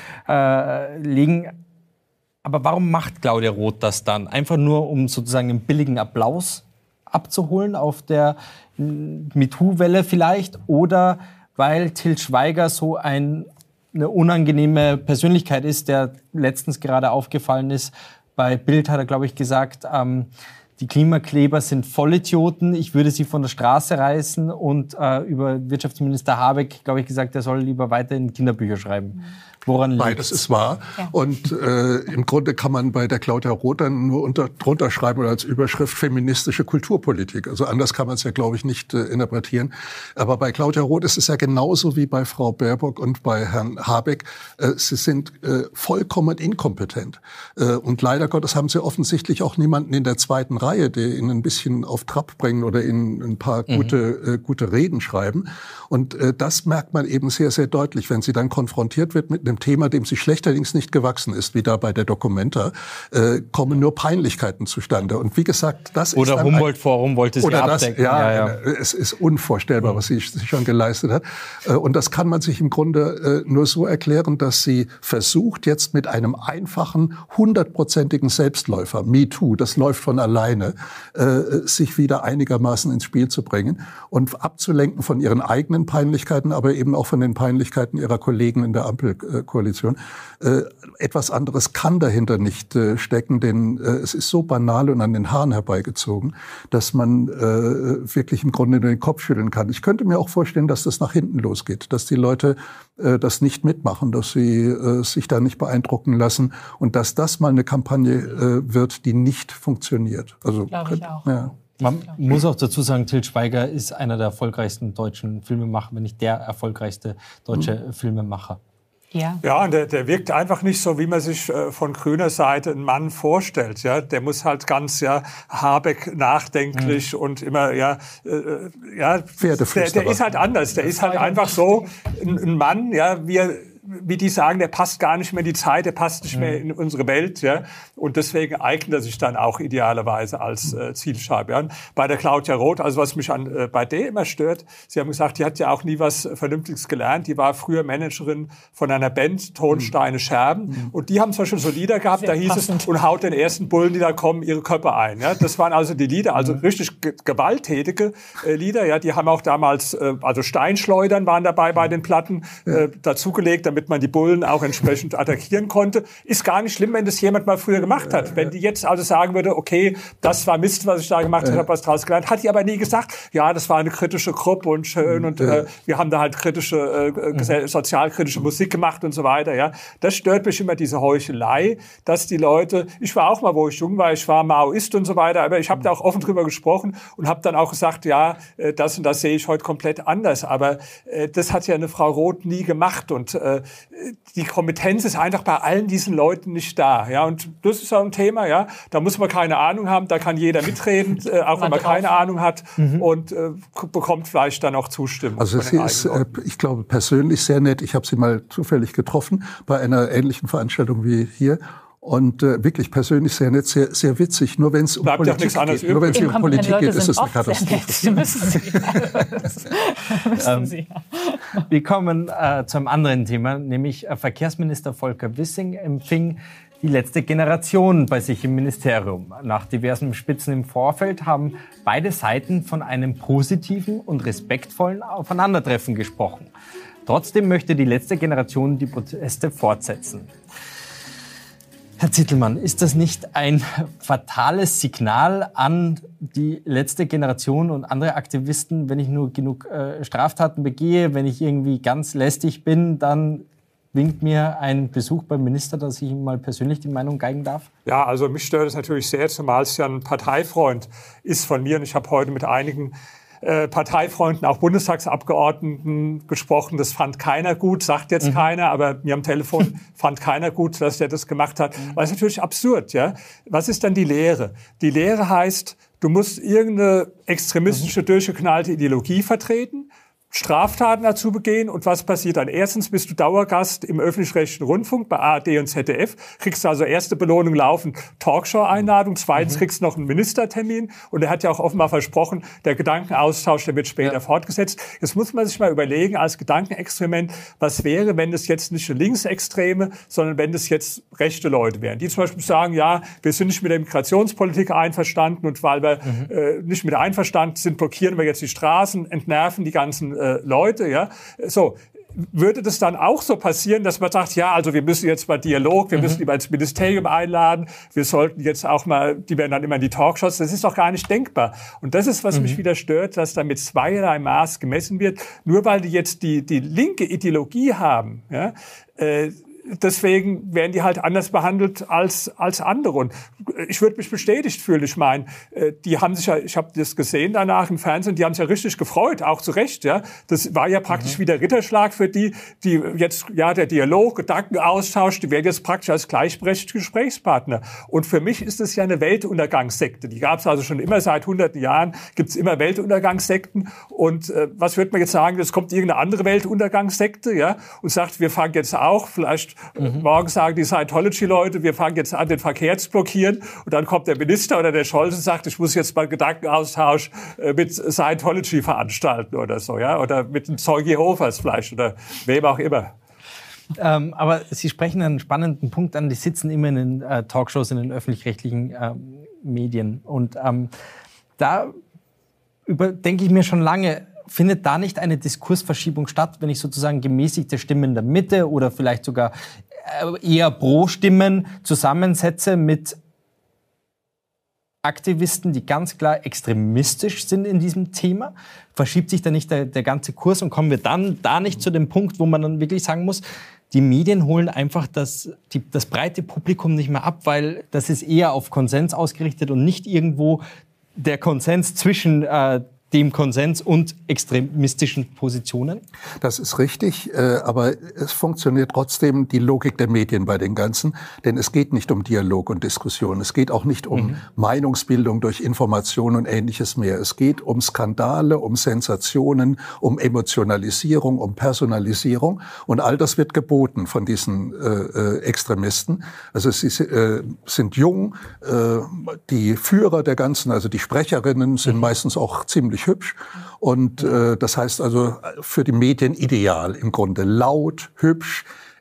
einzulegen. Aber warum macht Claudia Roth das dann? Einfach nur, um sozusagen einen billigen Applaus abzuholen auf der MeToo-Welle vielleicht oder weil Til Schweiger so ein, eine unangenehme Persönlichkeit ist, der letztens gerade aufgefallen ist. Bei Bild hat er, glaube ich, gesagt, ähm, die Klimakleber sind Vollidioten, ich würde sie von der Straße reißen und äh, über Wirtschaftsminister Habeck, glaube ich, gesagt, er soll lieber weiterhin Kinderbücher schreiben. Woran liegt's? Beides ist wahr. Ja. Und äh, im Grunde kann man bei der Claudia Roth dann nur unter, drunter schreiben oder als Überschrift feministische Kulturpolitik. Also anders kann man es ja, glaube ich, nicht äh, interpretieren. Aber bei Claudia Roth ist es ja genauso wie bei Frau Baerbock und bei Herrn Habeck. Äh, sie sind äh, vollkommen inkompetent. Äh, und leider Gottes haben sie offensichtlich auch niemanden in der zweiten Reihe, der ihnen ein bisschen auf Trab bringen oder ihnen ein paar mhm. gute, äh, gute Reden schreiben. Und äh, das merkt man eben sehr, sehr deutlich, wenn sie dann konfrontiert wird mit einem Thema, dem sie schlechterdings nicht gewachsen ist, wie da bei der Documenta, äh, kommen nur Peinlichkeiten zustande. Und wie gesagt, das oder ist... Oder Humboldt-Forum wollte sie abdecken. Ja, ja, ja, es ist unvorstellbar, was sie sich schon geleistet hat. Äh, und das kann man sich im Grunde äh, nur so erklären, dass sie versucht, jetzt mit einem einfachen, hundertprozentigen Selbstläufer, MeToo, das läuft von alleine, äh, sich wieder einigermaßen ins Spiel zu bringen und abzulenken von ihren eigenen Peinlichkeiten, aber eben auch von den Peinlichkeiten ihrer Kollegen in der Ampelkoalition. Äh, etwas anderes kann dahinter nicht äh, stecken, denn äh, es ist so banal und an den Haaren herbeigezogen, dass man äh, wirklich im Grunde den Kopf schütteln kann. Ich könnte mir auch vorstellen, dass das nach hinten losgeht, dass die Leute äh, das nicht mitmachen, dass sie äh, sich da nicht beeindrucken lassen und dass das mal eine Kampagne äh, wird, die nicht funktioniert. Also, glaube ich auch. Ja. Man muss auch dazu sagen, Til Schweiger ist einer der erfolgreichsten deutschen Filmemacher, wenn nicht der erfolgreichste deutsche mhm. Filmemacher. Ja, ja, und der, der wirkt einfach nicht so, wie man sich äh, von grüner Seite einen Mann vorstellt. Ja, der muss halt ganz ja Habeck nachdenklich mhm. und immer ja äh, ja der, der ist halt anders. Der ist halt einfach so ein, ein Mann, ja, wie er wie die sagen, der passt gar nicht mehr in die Zeit, der passt nicht mehr in unsere Welt, ja. Und deswegen eignet er sich dann auch idealerweise als äh, Zielscheibe. Ja. Bei der Claudia Roth, also was mich an äh, bei der immer stört, Sie haben gesagt, die hat ja auch nie was Vernünftiges gelernt. Die war früher Managerin von einer Band, Tonsteine Scherben. Mhm. Und die haben zum Beispiel so Lieder gehabt, Sehr da hieß passend. es, und haut den ersten Bullen, die da kommen, ihre Köpfe ein. Ja. Das waren also die Lieder, also mhm. richtig ge- gewalttätige äh, Lieder. Ja. Die haben auch damals, äh, also Steinschleudern waren dabei bei den Platten, äh, dazugelegt, damit damit man die Bullen auch entsprechend attackieren konnte. Ist gar nicht schlimm, wenn das jemand mal früher gemacht hat. Wenn die jetzt also sagen würde, okay, das war Mist, was ich da gemacht habe, habe was draus gelernt. Hat die aber nie gesagt, ja, das war eine kritische Gruppe und schön und äh, wir haben da halt kritische, äh, sozialkritische Musik gemacht und so weiter. Ja, das stört mich immer, diese Heuchelei, dass die Leute, ich war auch mal, wo ich jung war, ich war Maoist und so weiter, aber ich habe da auch offen drüber gesprochen und habe dann auch gesagt, ja, das und das sehe ich heute komplett anders. Aber äh, das hat ja eine Frau Roth nie gemacht und äh, die Kompetenz ist einfach bei allen diesen Leuten nicht da. Ja, und das ist auch ein Thema. Ja, da muss man keine Ahnung haben, da kann jeder mitreden, äh, auch wenn man keine Ahnung hat mhm. und äh, bekommt vielleicht dann auch Zustimmung. Also sie ist, äh, ich glaube, persönlich sehr nett. Ich habe sie mal zufällig getroffen bei einer ähnlichen Veranstaltung wie hier. Und äh, wirklich persönlich sehr nett, sehr, sehr witzig. Nur wenn es um Politik geht, nur wenn es um Politik geht, ist es eine Katastrophe. Müssen Sie. müssen Sie. Wir kommen äh, zu einem anderen Thema, nämlich äh, Verkehrsminister Volker Wissing empfing die letzte Generation bei sich im Ministerium. Nach diversen Spitzen im Vorfeld haben beide Seiten von einem positiven und respektvollen Aufeinandertreffen gesprochen. Trotzdem möchte die letzte Generation die Proteste fortsetzen. Herr Zittelmann, ist das nicht ein fatales Signal an die letzte Generation und andere Aktivisten, wenn ich nur genug äh, Straftaten begehe, wenn ich irgendwie ganz lästig bin, dann winkt mir ein Besuch beim Minister, dass ich ihm mal persönlich die Meinung geigen darf? Ja, also mich stört es natürlich sehr, zumal es ja ein Parteifreund ist von mir und ich habe heute mit einigen Äh, Parteifreunden, auch Bundestagsabgeordneten gesprochen. Das fand keiner gut, sagt jetzt mhm. keiner, aber mir am Telefon fand keiner gut, dass der das gemacht hat. Mhm. Weil es natürlich absurd, ja. Was ist dann die Lehre? Die Lehre heißt, du musst irgendeine extremistische, mhm. durchgeknallte Ideologie vertreten, Straftaten dazu begehen und was passiert dann? Erstens bist du Dauergast im öffentlich-rechtlichen Rundfunk bei A R D und Z D F, kriegst also erste Belohnung laufend Talkshow-Einladung, zweitens mhm. kriegst du noch einen Ministertermin und er hat ja auch offenbar versprochen, der Gedankenaustausch, der wird später ja. fortgesetzt. Jetzt muss man sich mal überlegen als Gedankenexperiment, was wäre, wenn das jetzt nicht Linksextreme, sondern wenn das jetzt rechte Leute wären, die zum Beispiel sagen, ja, wir sind nicht mit der Migrationspolitik einverstanden und weil wir mhm. äh, nicht mit einverstanden sind, blockieren wir jetzt die Straßen, entnerven die ganzen Leute, ja, so. Würde das dann auch so passieren, dass man sagt, ja, also wir müssen jetzt mal Dialog, wir mhm. müssen die mal ins Ministerium einladen, wir sollten jetzt auch mal, die werden dann immer in die Talkshows, das ist doch gar nicht denkbar. Und das ist, was mhm. mich wieder stört, dass da mit zweierlei Maß gemessen wird, nur weil die jetzt die, die linke Ideologie haben, ja, äh, deswegen werden die halt anders behandelt als als andere. Und ich würde mich bestätigt fühlen. Ich meine, die haben sich ja, ich habe das gesehen danach im Fernsehen, die haben sich ja richtig gefreut, auch zu Recht. Ja, das war ja praktisch mhm. wie der Ritterschlag für die, die jetzt ja der Dialog, Gedankenaustausch, die werden jetzt praktisch als gleichberechtigte Gesprächspartner. Und für mich ist es ja eine Weltuntergangssekte. Die gab es also schon immer seit hunderten Jahren. Gibt es immer Weltuntergangssekten. Und äh, was wird man jetzt sagen? Jetzt kommt irgendeine andere Weltuntergangssekte, ja, und sagt, wir fangen jetzt auch vielleicht Mhm. morgen sagen die Scientology-Leute, wir fangen jetzt an, den Verkehr zu blockieren. Und dann kommt der Minister oder der Scholz und sagt, ich muss jetzt mal einen Gedankenaustausch äh, mit Scientology veranstalten oder so, ja, oder mit dem Zeuge Jehovas vielleicht oder wem auch immer. Ähm, aber Sie sprechen einen spannenden Punkt an. Die sitzen immer in den äh, Talkshows, in den öffentlich-rechtlichen ähm, Medien. Und ähm, da über, denke ich mir schon lange, findet da nicht eine Diskursverschiebung statt, wenn ich sozusagen gemäßigte Stimmen der Mitte oder vielleicht sogar eher Pro-Stimmen zusammensetze mit Aktivisten, die ganz klar extremistisch sind in diesem Thema? Verschiebt sich da nicht der, der ganze Kurs und kommen wir dann da nicht zu dem Punkt, wo man dann wirklich sagen muss, die Medien holen einfach das, die, das breite Publikum nicht mehr ab, weil das ist eher auf Konsens ausgerichtet und nicht irgendwo der Konsens zwischen äh, dem Konsens und extremistischen Positionen? Das ist richtig, äh, aber es funktioniert trotzdem die Logik der Medien bei den Ganzen, denn es geht nicht um Dialog und Diskussion, es geht auch nicht um mhm. Meinungsbildung durch Information und Ähnliches mehr. Es geht um Skandale, um Sensationen, um Emotionalisierung, um Personalisierung und all das wird geboten von diesen äh, äh, Extremisten. Also sie äh, sind jung, äh, die Führer der Ganzen, also die Sprecherinnen sind mhm. meistens auch ziemlich hübsch und äh, das heißt also für die Medien ideal im Grunde. Laut, hübsch,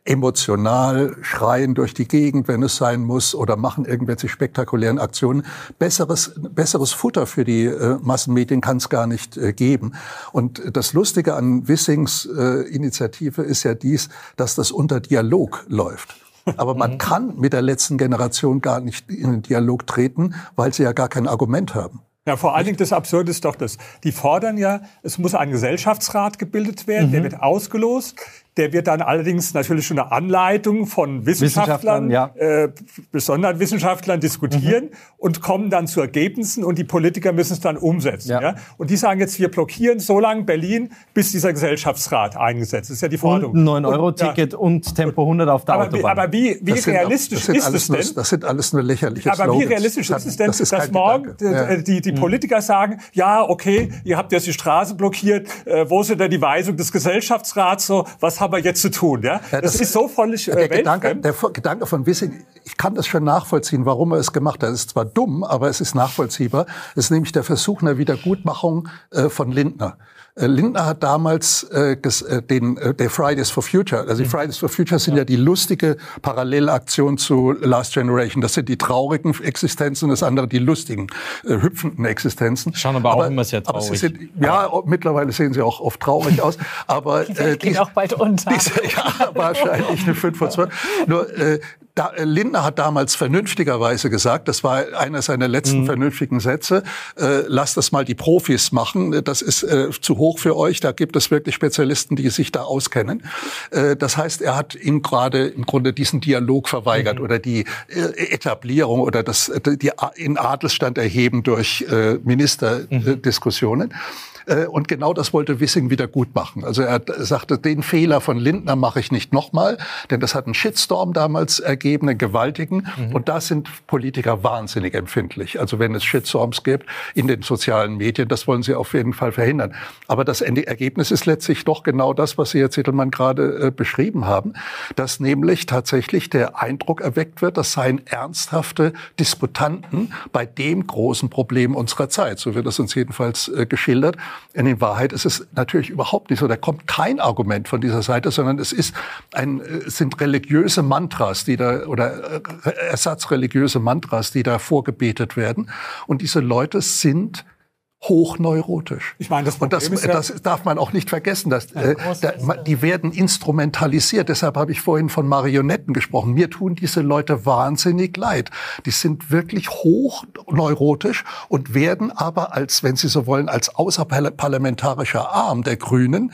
emotional, schreien durch die Gegend, wenn es sein muss, oder machen irgendwelche spektakulären Aktionen. Besseres, besseres Futter für die äh, Massenmedien kann es gar nicht äh, geben. Und das Lustige an Wissings äh, Initiative ist ja dies, dass das unter Dialog läuft. Aber man kann mit der letzten Generation gar nicht in den Dialog treten, weil sie ja gar kein Argument haben. Ja, vor allen Dingen das Absurde ist doch das. Die fordern ja, es muss ein Gesellschaftsrat gebildet werden, mhm. der wird ausgelost. Der wird dann allerdings natürlich schon eine Anleitung von Wissenschaftlern, Wissenschaftlern ja. äh, besonderen Wissenschaftlern diskutieren mhm. und kommen dann zu Ergebnissen und die Politiker müssen es dann umsetzen. Ja. Ja? Und die sagen jetzt, wir blockieren so lange Berlin, bis dieser Gesellschaftsrat eingesetzt ist. Das ist ja die Forderung. Und ein neun Euro Ticket und, ja. und Tempo hundert auf der aber Autobahn. Wie, aber wie, wie realistisch auch, ist es denn? Nur, das sind alles nur lächerliche Aber Slogans. wie realistisch ist es denn, das dass morgen ja. die, die Politiker sagen, ja, okay, ihr habt jetzt die Straße blockiert, äh, wo ist denn die Weisung des Gesellschaftsrats, so, was haben wir jetzt zu tun? Ja? Ja, das, das ist so völlig äh, der Gedanke, der Gedanke von Wissing, ich kann das schon nachvollziehen, warum er es gemacht hat. Es ist zwar dumm, aber es ist nachvollziehbar. Es ist nämlich der Versuch einer Wiedergutmachung äh, von Lindner. Äh, Lindner hat damals äh, ges, äh, den äh, der Fridays for Future, also die Fridays for Future sind ja, ja die lustige Parallelaktion zu Last Generation. Das sind die traurigen Existenzen, das andere die lustigen, äh, hüpfenden Existenzen. Schauen aber, aber auch immer sehr traurig. Aber sie sind, ja, mittlerweile sehen sie auch oft traurig aus. Aber die Welt äh, geht auch bald unter. Diese, ja, wahrscheinlich eine fünf vor zwölf. Nur äh, da, äh, Lindner hat damals vernünftigerweise gesagt, das war einer seiner letzten mhm. vernünftigen Sätze, äh, lasst das mal die Profis machen, das ist äh, zu hoch für euch, da gibt es wirklich Spezialisten, die sich da auskennen. Äh, das heißt, er hat ihm gerade im Grunde diesen Dialog verweigert mhm. oder die äh, Etablierung oder das die in Adelsstand erheben durch äh, Ministerdiskussionen. Mhm. Und genau das wollte Wissing wieder gut machen. Also er sagte, den Fehler von Lindner mache ich nicht nochmal, denn das hat einen Shitstorm damals ergeben, einen gewaltigen. Mhm. Und da sind Politiker wahnsinnig empfindlich. Also wenn es Shitstorms gibt in den sozialen Medien, das wollen sie auf jeden Fall verhindern. Aber das Ergebnis ist letztlich doch genau das, was Sie, Herr Zittelmann, gerade äh, beschrieben haben, dass nämlich tatsächlich der Eindruck erweckt wird, das seien ernsthafte Disputanten bei dem großen Problem unserer Zeit. So wird das uns jedenfalls äh, geschildert. In Wahrheit ist es natürlich überhaupt nicht so. Da kommt kein Argument von dieser Seite, sondern es ist ein, es sind religiöse Mantras, die da, oder ersatzreligiöse Mantras, die da vorgebetet werden. Und diese Leute sind hochneurotisch. Ich meine, das, und das, ja das darf man auch nicht vergessen. Dass, ja, äh, da, die werden instrumentalisiert. Deshalb habe ich vorhin von Marionetten gesprochen. Mir tun diese Leute wahnsinnig leid. Die sind wirklich hochneurotisch und werden aber als, wenn Sie so wollen, als außerparlamentarischer Arm der Grünen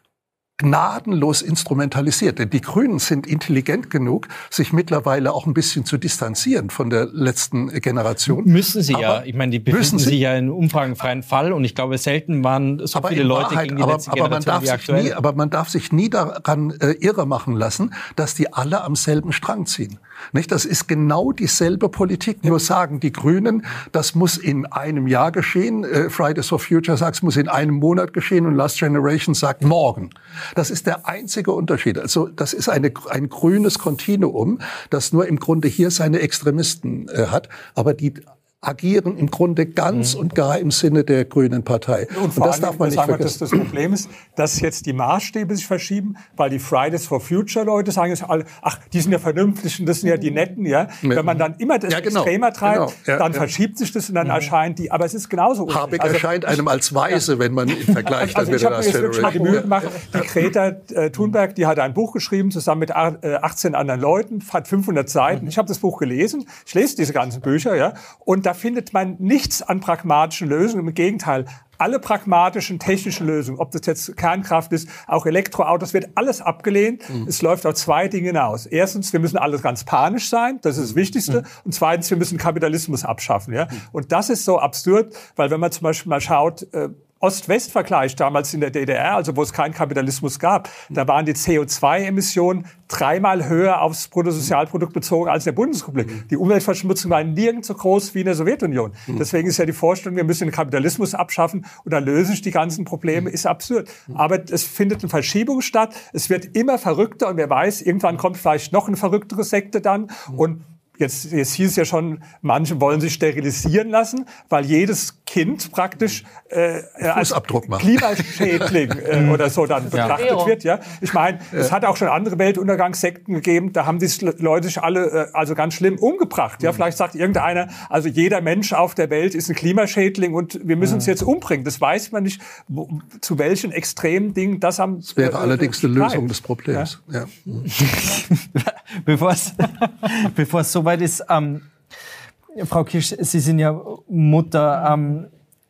gnadenlos instrumentalisiert. Denn die Grünen sind intelligent genug, sich mittlerweile auch ein bisschen zu distanzieren von der letzten Generation. Müssen sie aber ja. Ich meine, die befinden sich ja in umfragenfreien Fall. Und ich glaube, selten waren so viele Leute Wahrheit, gegen die letzte aber, aber Generation man darf wie aktuell. Nie, aber man darf sich nie daran äh, irre machen lassen, dass die alle am selben Strang ziehen. Nicht? Das ist genau dieselbe Politik. Nur sagen die Grünen, das muss in einem Jahr geschehen. Äh, Fridays for Future sagt, es muss in einem Monat geschehen. Und Last Generation sagt morgen. Das ist der einzige Unterschied. Also das ist eine, ein grünes Kontinuum, das nur im Grunde hier seine Extremisten äh, hat. Aber die agieren im Grunde ganz mhm. und gar im Sinne der Grünen Partei. Und, vor und das darf man nicht vergessen. Das, das Problem ist, dass jetzt die Maßstäbe sich verschieben, weil die Fridays for Future Leute sagen jetzt alle, ach, die sind ja vernünftig und das sind ja die Netten, ja. Wenn man dann immer das ja, genau, extremer treibt, genau, ja, dann ja. verschiebt sich das und dann mhm. erscheint die, aber es ist genauso. Habeck also, erscheint einem als Weise, ja. wenn man ihn vergleicht. Also ich habe mir jetzt wirklich mal die Mühe gemacht, die Greta äh, Thunberg, die hat ein Buch geschrieben, zusammen mit achtzehn anderen Leuten, hat fünfhundert Seiten. Mhm. Ich habe das Buch gelesen, ich lese diese ganzen Bücher, ja, und da findet man nichts an pragmatischen Lösungen. Im Gegenteil, alle pragmatischen technischen Lösungen, ob das jetzt Kernkraft ist, auch Elektroautos, wird alles abgelehnt. Mhm. Es läuft auf zwei Dinge hinaus. Erstens, wir müssen alles ganz panisch sein, das ist das Wichtigste. Mhm. Und zweitens, wir müssen Kapitalismus abschaffen. Ja? Mhm. Und das ist so absurd, weil wenn man zum Beispiel mal schaut, äh, Ost-West-Vergleich damals in der D D R, also wo es keinen Kapitalismus gab, da waren die C O zwei Emissionen dreimal höher aufs Bruttosozialprodukt bezogen als in der Bundesrepublik. Die Umweltverschmutzung war nirgends so groß wie in der Sowjetunion. Deswegen ist ja die Vorstellung, wir müssen den Kapitalismus abschaffen und dann lösen sich die ganzen Probleme, ist absurd. Aber es findet eine Verschiebung statt. Es wird immer verrückter und wer weiß, irgendwann kommt vielleicht noch eine verrücktere Sekte dann und Jetzt, jetzt hieß es ja schon, manche wollen sich sterilisieren lassen, weil jedes Kind praktisch äh, als Klimaschädling äh, oder so dann betrachtet ja. wird. Ja, ich meine, ja. es hat auch schon andere Weltuntergangssekten gegeben. Da haben die Leute sich alle äh, also ganz schlimm umgebracht. Ja, mhm. vielleicht sagt irgendeiner, also jeder Mensch auf der Welt ist ein Klimaschädling und wir müssen mhm. uns jetzt umbringen. Das weiß man nicht, wo, zu welchen extremen Dingen das am. Das wäre äh, allerdings die Lösung des Problems. Ja. Ja. Mhm. Bevor es bevor es soweit ist, ähm, Frau Kirsch, Sie sind ja Mutter. Ähm,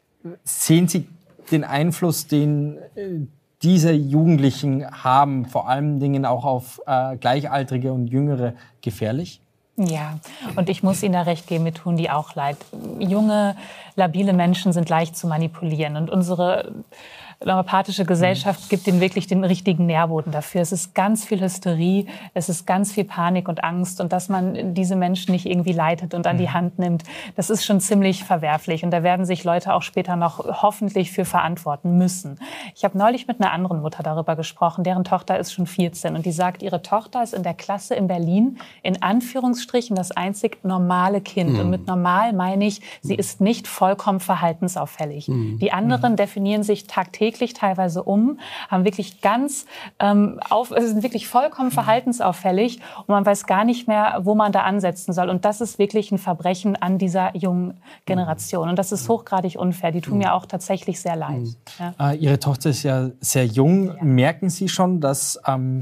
sehen Sie den Einfluss, den äh, diese Jugendlichen haben, vor allen Dingen auch auf äh, Gleichaltrige und Jüngere, gefährlich? Ja, und ich muss Ihnen da recht geben, mir tun die auch leid. Junge, labile Menschen sind leicht zu manipulieren und unsere homöopathische Gesellschaft gibt ihnen wirklich den richtigen Nährboden dafür. Es ist ganz viel Hysterie, es ist ganz viel Panik und Angst und dass man diese Menschen nicht irgendwie leitet und an die Hand nimmt, das ist schon ziemlich verwerflich und da werden sich Leute auch später noch hoffentlich für verantworten müssen. Ich habe neulich mit einer anderen Mutter darüber gesprochen, deren Tochter ist schon vierzehn und die sagt, ihre Tochter ist in der Klasse in Berlin in Anführungsstrichen das einzig normale Kind mhm. und mit normal meine ich, sie ist nicht vollkommen verhaltensauffällig. Mhm. Die anderen mhm. definieren sich tagtäglich teilweise um, haben wirklich ganz ähm, auf, sind wirklich vollkommen verhaltensauffällig und man weiß gar nicht mehr, wo man da ansetzen soll. Und das ist wirklich ein Verbrechen an dieser jungen Generation. Und das ist hochgradig unfair. Die tun mir auch tatsächlich sehr leid. Ja. Äh, Ihre Tochter ist ja sehr jung. Ja. Merken Sie schon, dass ähm,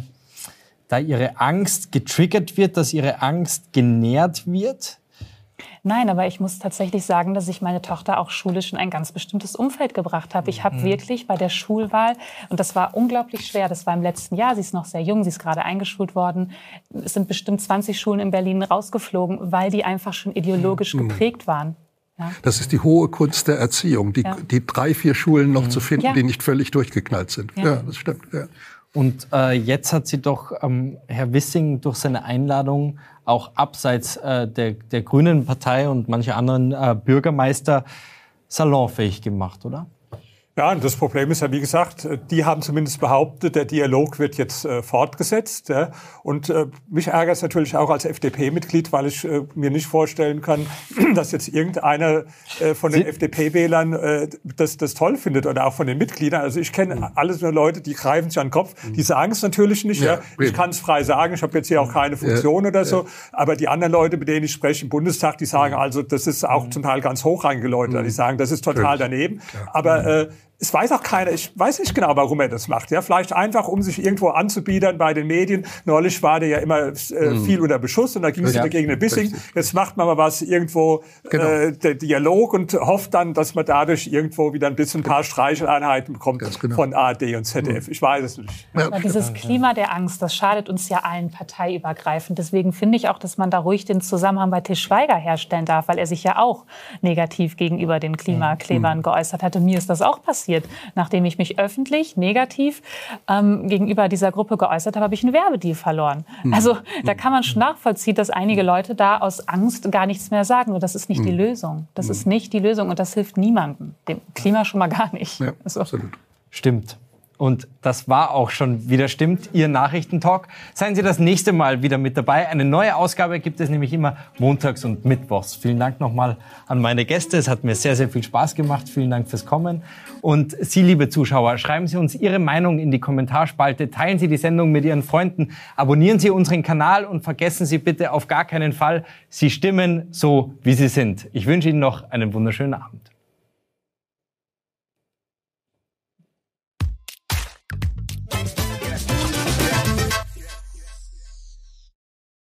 da Ihre Angst getriggert wird, dass Ihre Angst genährt wird? Nein, aber ich muss tatsächlich sagen, dass ich meine Tochter auch schulisch in ein ganz bestimmtes Umfeld gebracht habe. Ich habe mhm. wirklich bei der Schulwahl, und das war unglaublich schwer, das war im letzten Jahr, sie ist noch sehr jung, sie ist gerade eingeschult worden, es sind bestimmt zwanzig Schulen in Berlin rausgeflogen, weil die einfach schon ideologisch mhm. geprägt waren. Ja. Das ist die hohe Kunst der Erziehung, die, ja. die drei, vier Schulen noch mhm. zu finden, ja. die nicht völlig durchgeknallt sind. Ja, ja das stimmt. Ja. Und äh, jetzt hat sie doch ähm, Herr Wissing durch seine Einladung auch abseits äh, der, der Grünen Partei und manche anderen äh, Bürgermeister salonfähig gemacht, oder? Ja, und das Problem ist ja, wie gesagt, die haben zumindest behauptet, der Dialog wird jetzt äh, fortgesetzt. Ja. Und äh, mich ärgert es natürlich auch als F D P-Mitglied, weil ich äh, mir nicht vorstellen kann, dass jetzt irgendeiner äh, von den Sie F D P-Wählern äh, das, das toll findet oder auch von den Mitgliedern. Also ich kenne mhm. alles nur Leute, die greifen sich an den Kopf. Die sagen es natürlich nicht. Ja, ja. Ich kann es frei sagen. Ich habe jetzt hier auch keine Funktion ja. oder so. Ja. Aber die anderen Leute, mit denen ich spreche im Bundestag, die sagen also, das ist auch mhm. zum Teil ganz hoch reingeläutet. Mhm. Die sagen, das ist total daneben. Ja. Aber äh, es weiß auch keiner, ich weiß nicht genau, warum er das macht. Ja, vielleicht einfach, um sich irgendwo anzubiedern bei den Medien. Neulich war der ja immer äh, mm. viel unter Beschuss und da ging es ja, gegen den Wissing. Richtig. Jetzt macht man mal was irgendwo, genau. äh, der Dialog und hofft dann, dass man dadurch irgendwo wieder ein bisschen ein paar Streicheleinheiten bekommt genau. von A R D und Z D F. Ich weiß es nicht. Ja. Aber dieses Klima der Angst, das schadet uns ja allen parteiübergreifend. Deswegen finde ich auch, dass man da ruhig den Zusammenhang bei Til Schweiger herstellen darf, weil er sich ja auch negativ gegenüber den Klimaklebern mm. geäußert hatte. Mir ist das auch passiert. Nachdem ich mich öffentlich negativ ähm, gegenüber dieser Gruppe geäußert habe, habe ich einen Werbedeal verloren. Mhm. Also da kann man schon nachvollziehen, dass einige Leute da aus Angst gar nichts mehr sagen. Und das ist nicht mhm. die Lösung. Das mhm. ist nicht die Lösung und das hilft niemandem. Dem Klima schon mal gar nicht. Ja, also. absolut. Stimmt. Und das war auch schon wieder stimmt, Ihr Nachrichtentalk. Seien Sie das nächste Mal wieder mit dabei. Eine neue Ausgabe gibt es nämlich immer montags und mittwochs. Vielen Dank nochmal an meine Gäste. Es hat mir sehr, sehr viel Spaß gemacht. Vielen Dank fürs Kommen. Und Sie, liebe Zuschauer, schreiben Sie uns Ihre Meinung in die Kommentarspalte. Teilen Sie die Sendung mit Ihren Freunden. Abonnieren Sie unseren Kanal und vergessen Sie bitte auf gar keinen Fall, Sie stimmen so, wie Sie sind. Ich wünsche Ihnen noch einen wunderschönen Abend.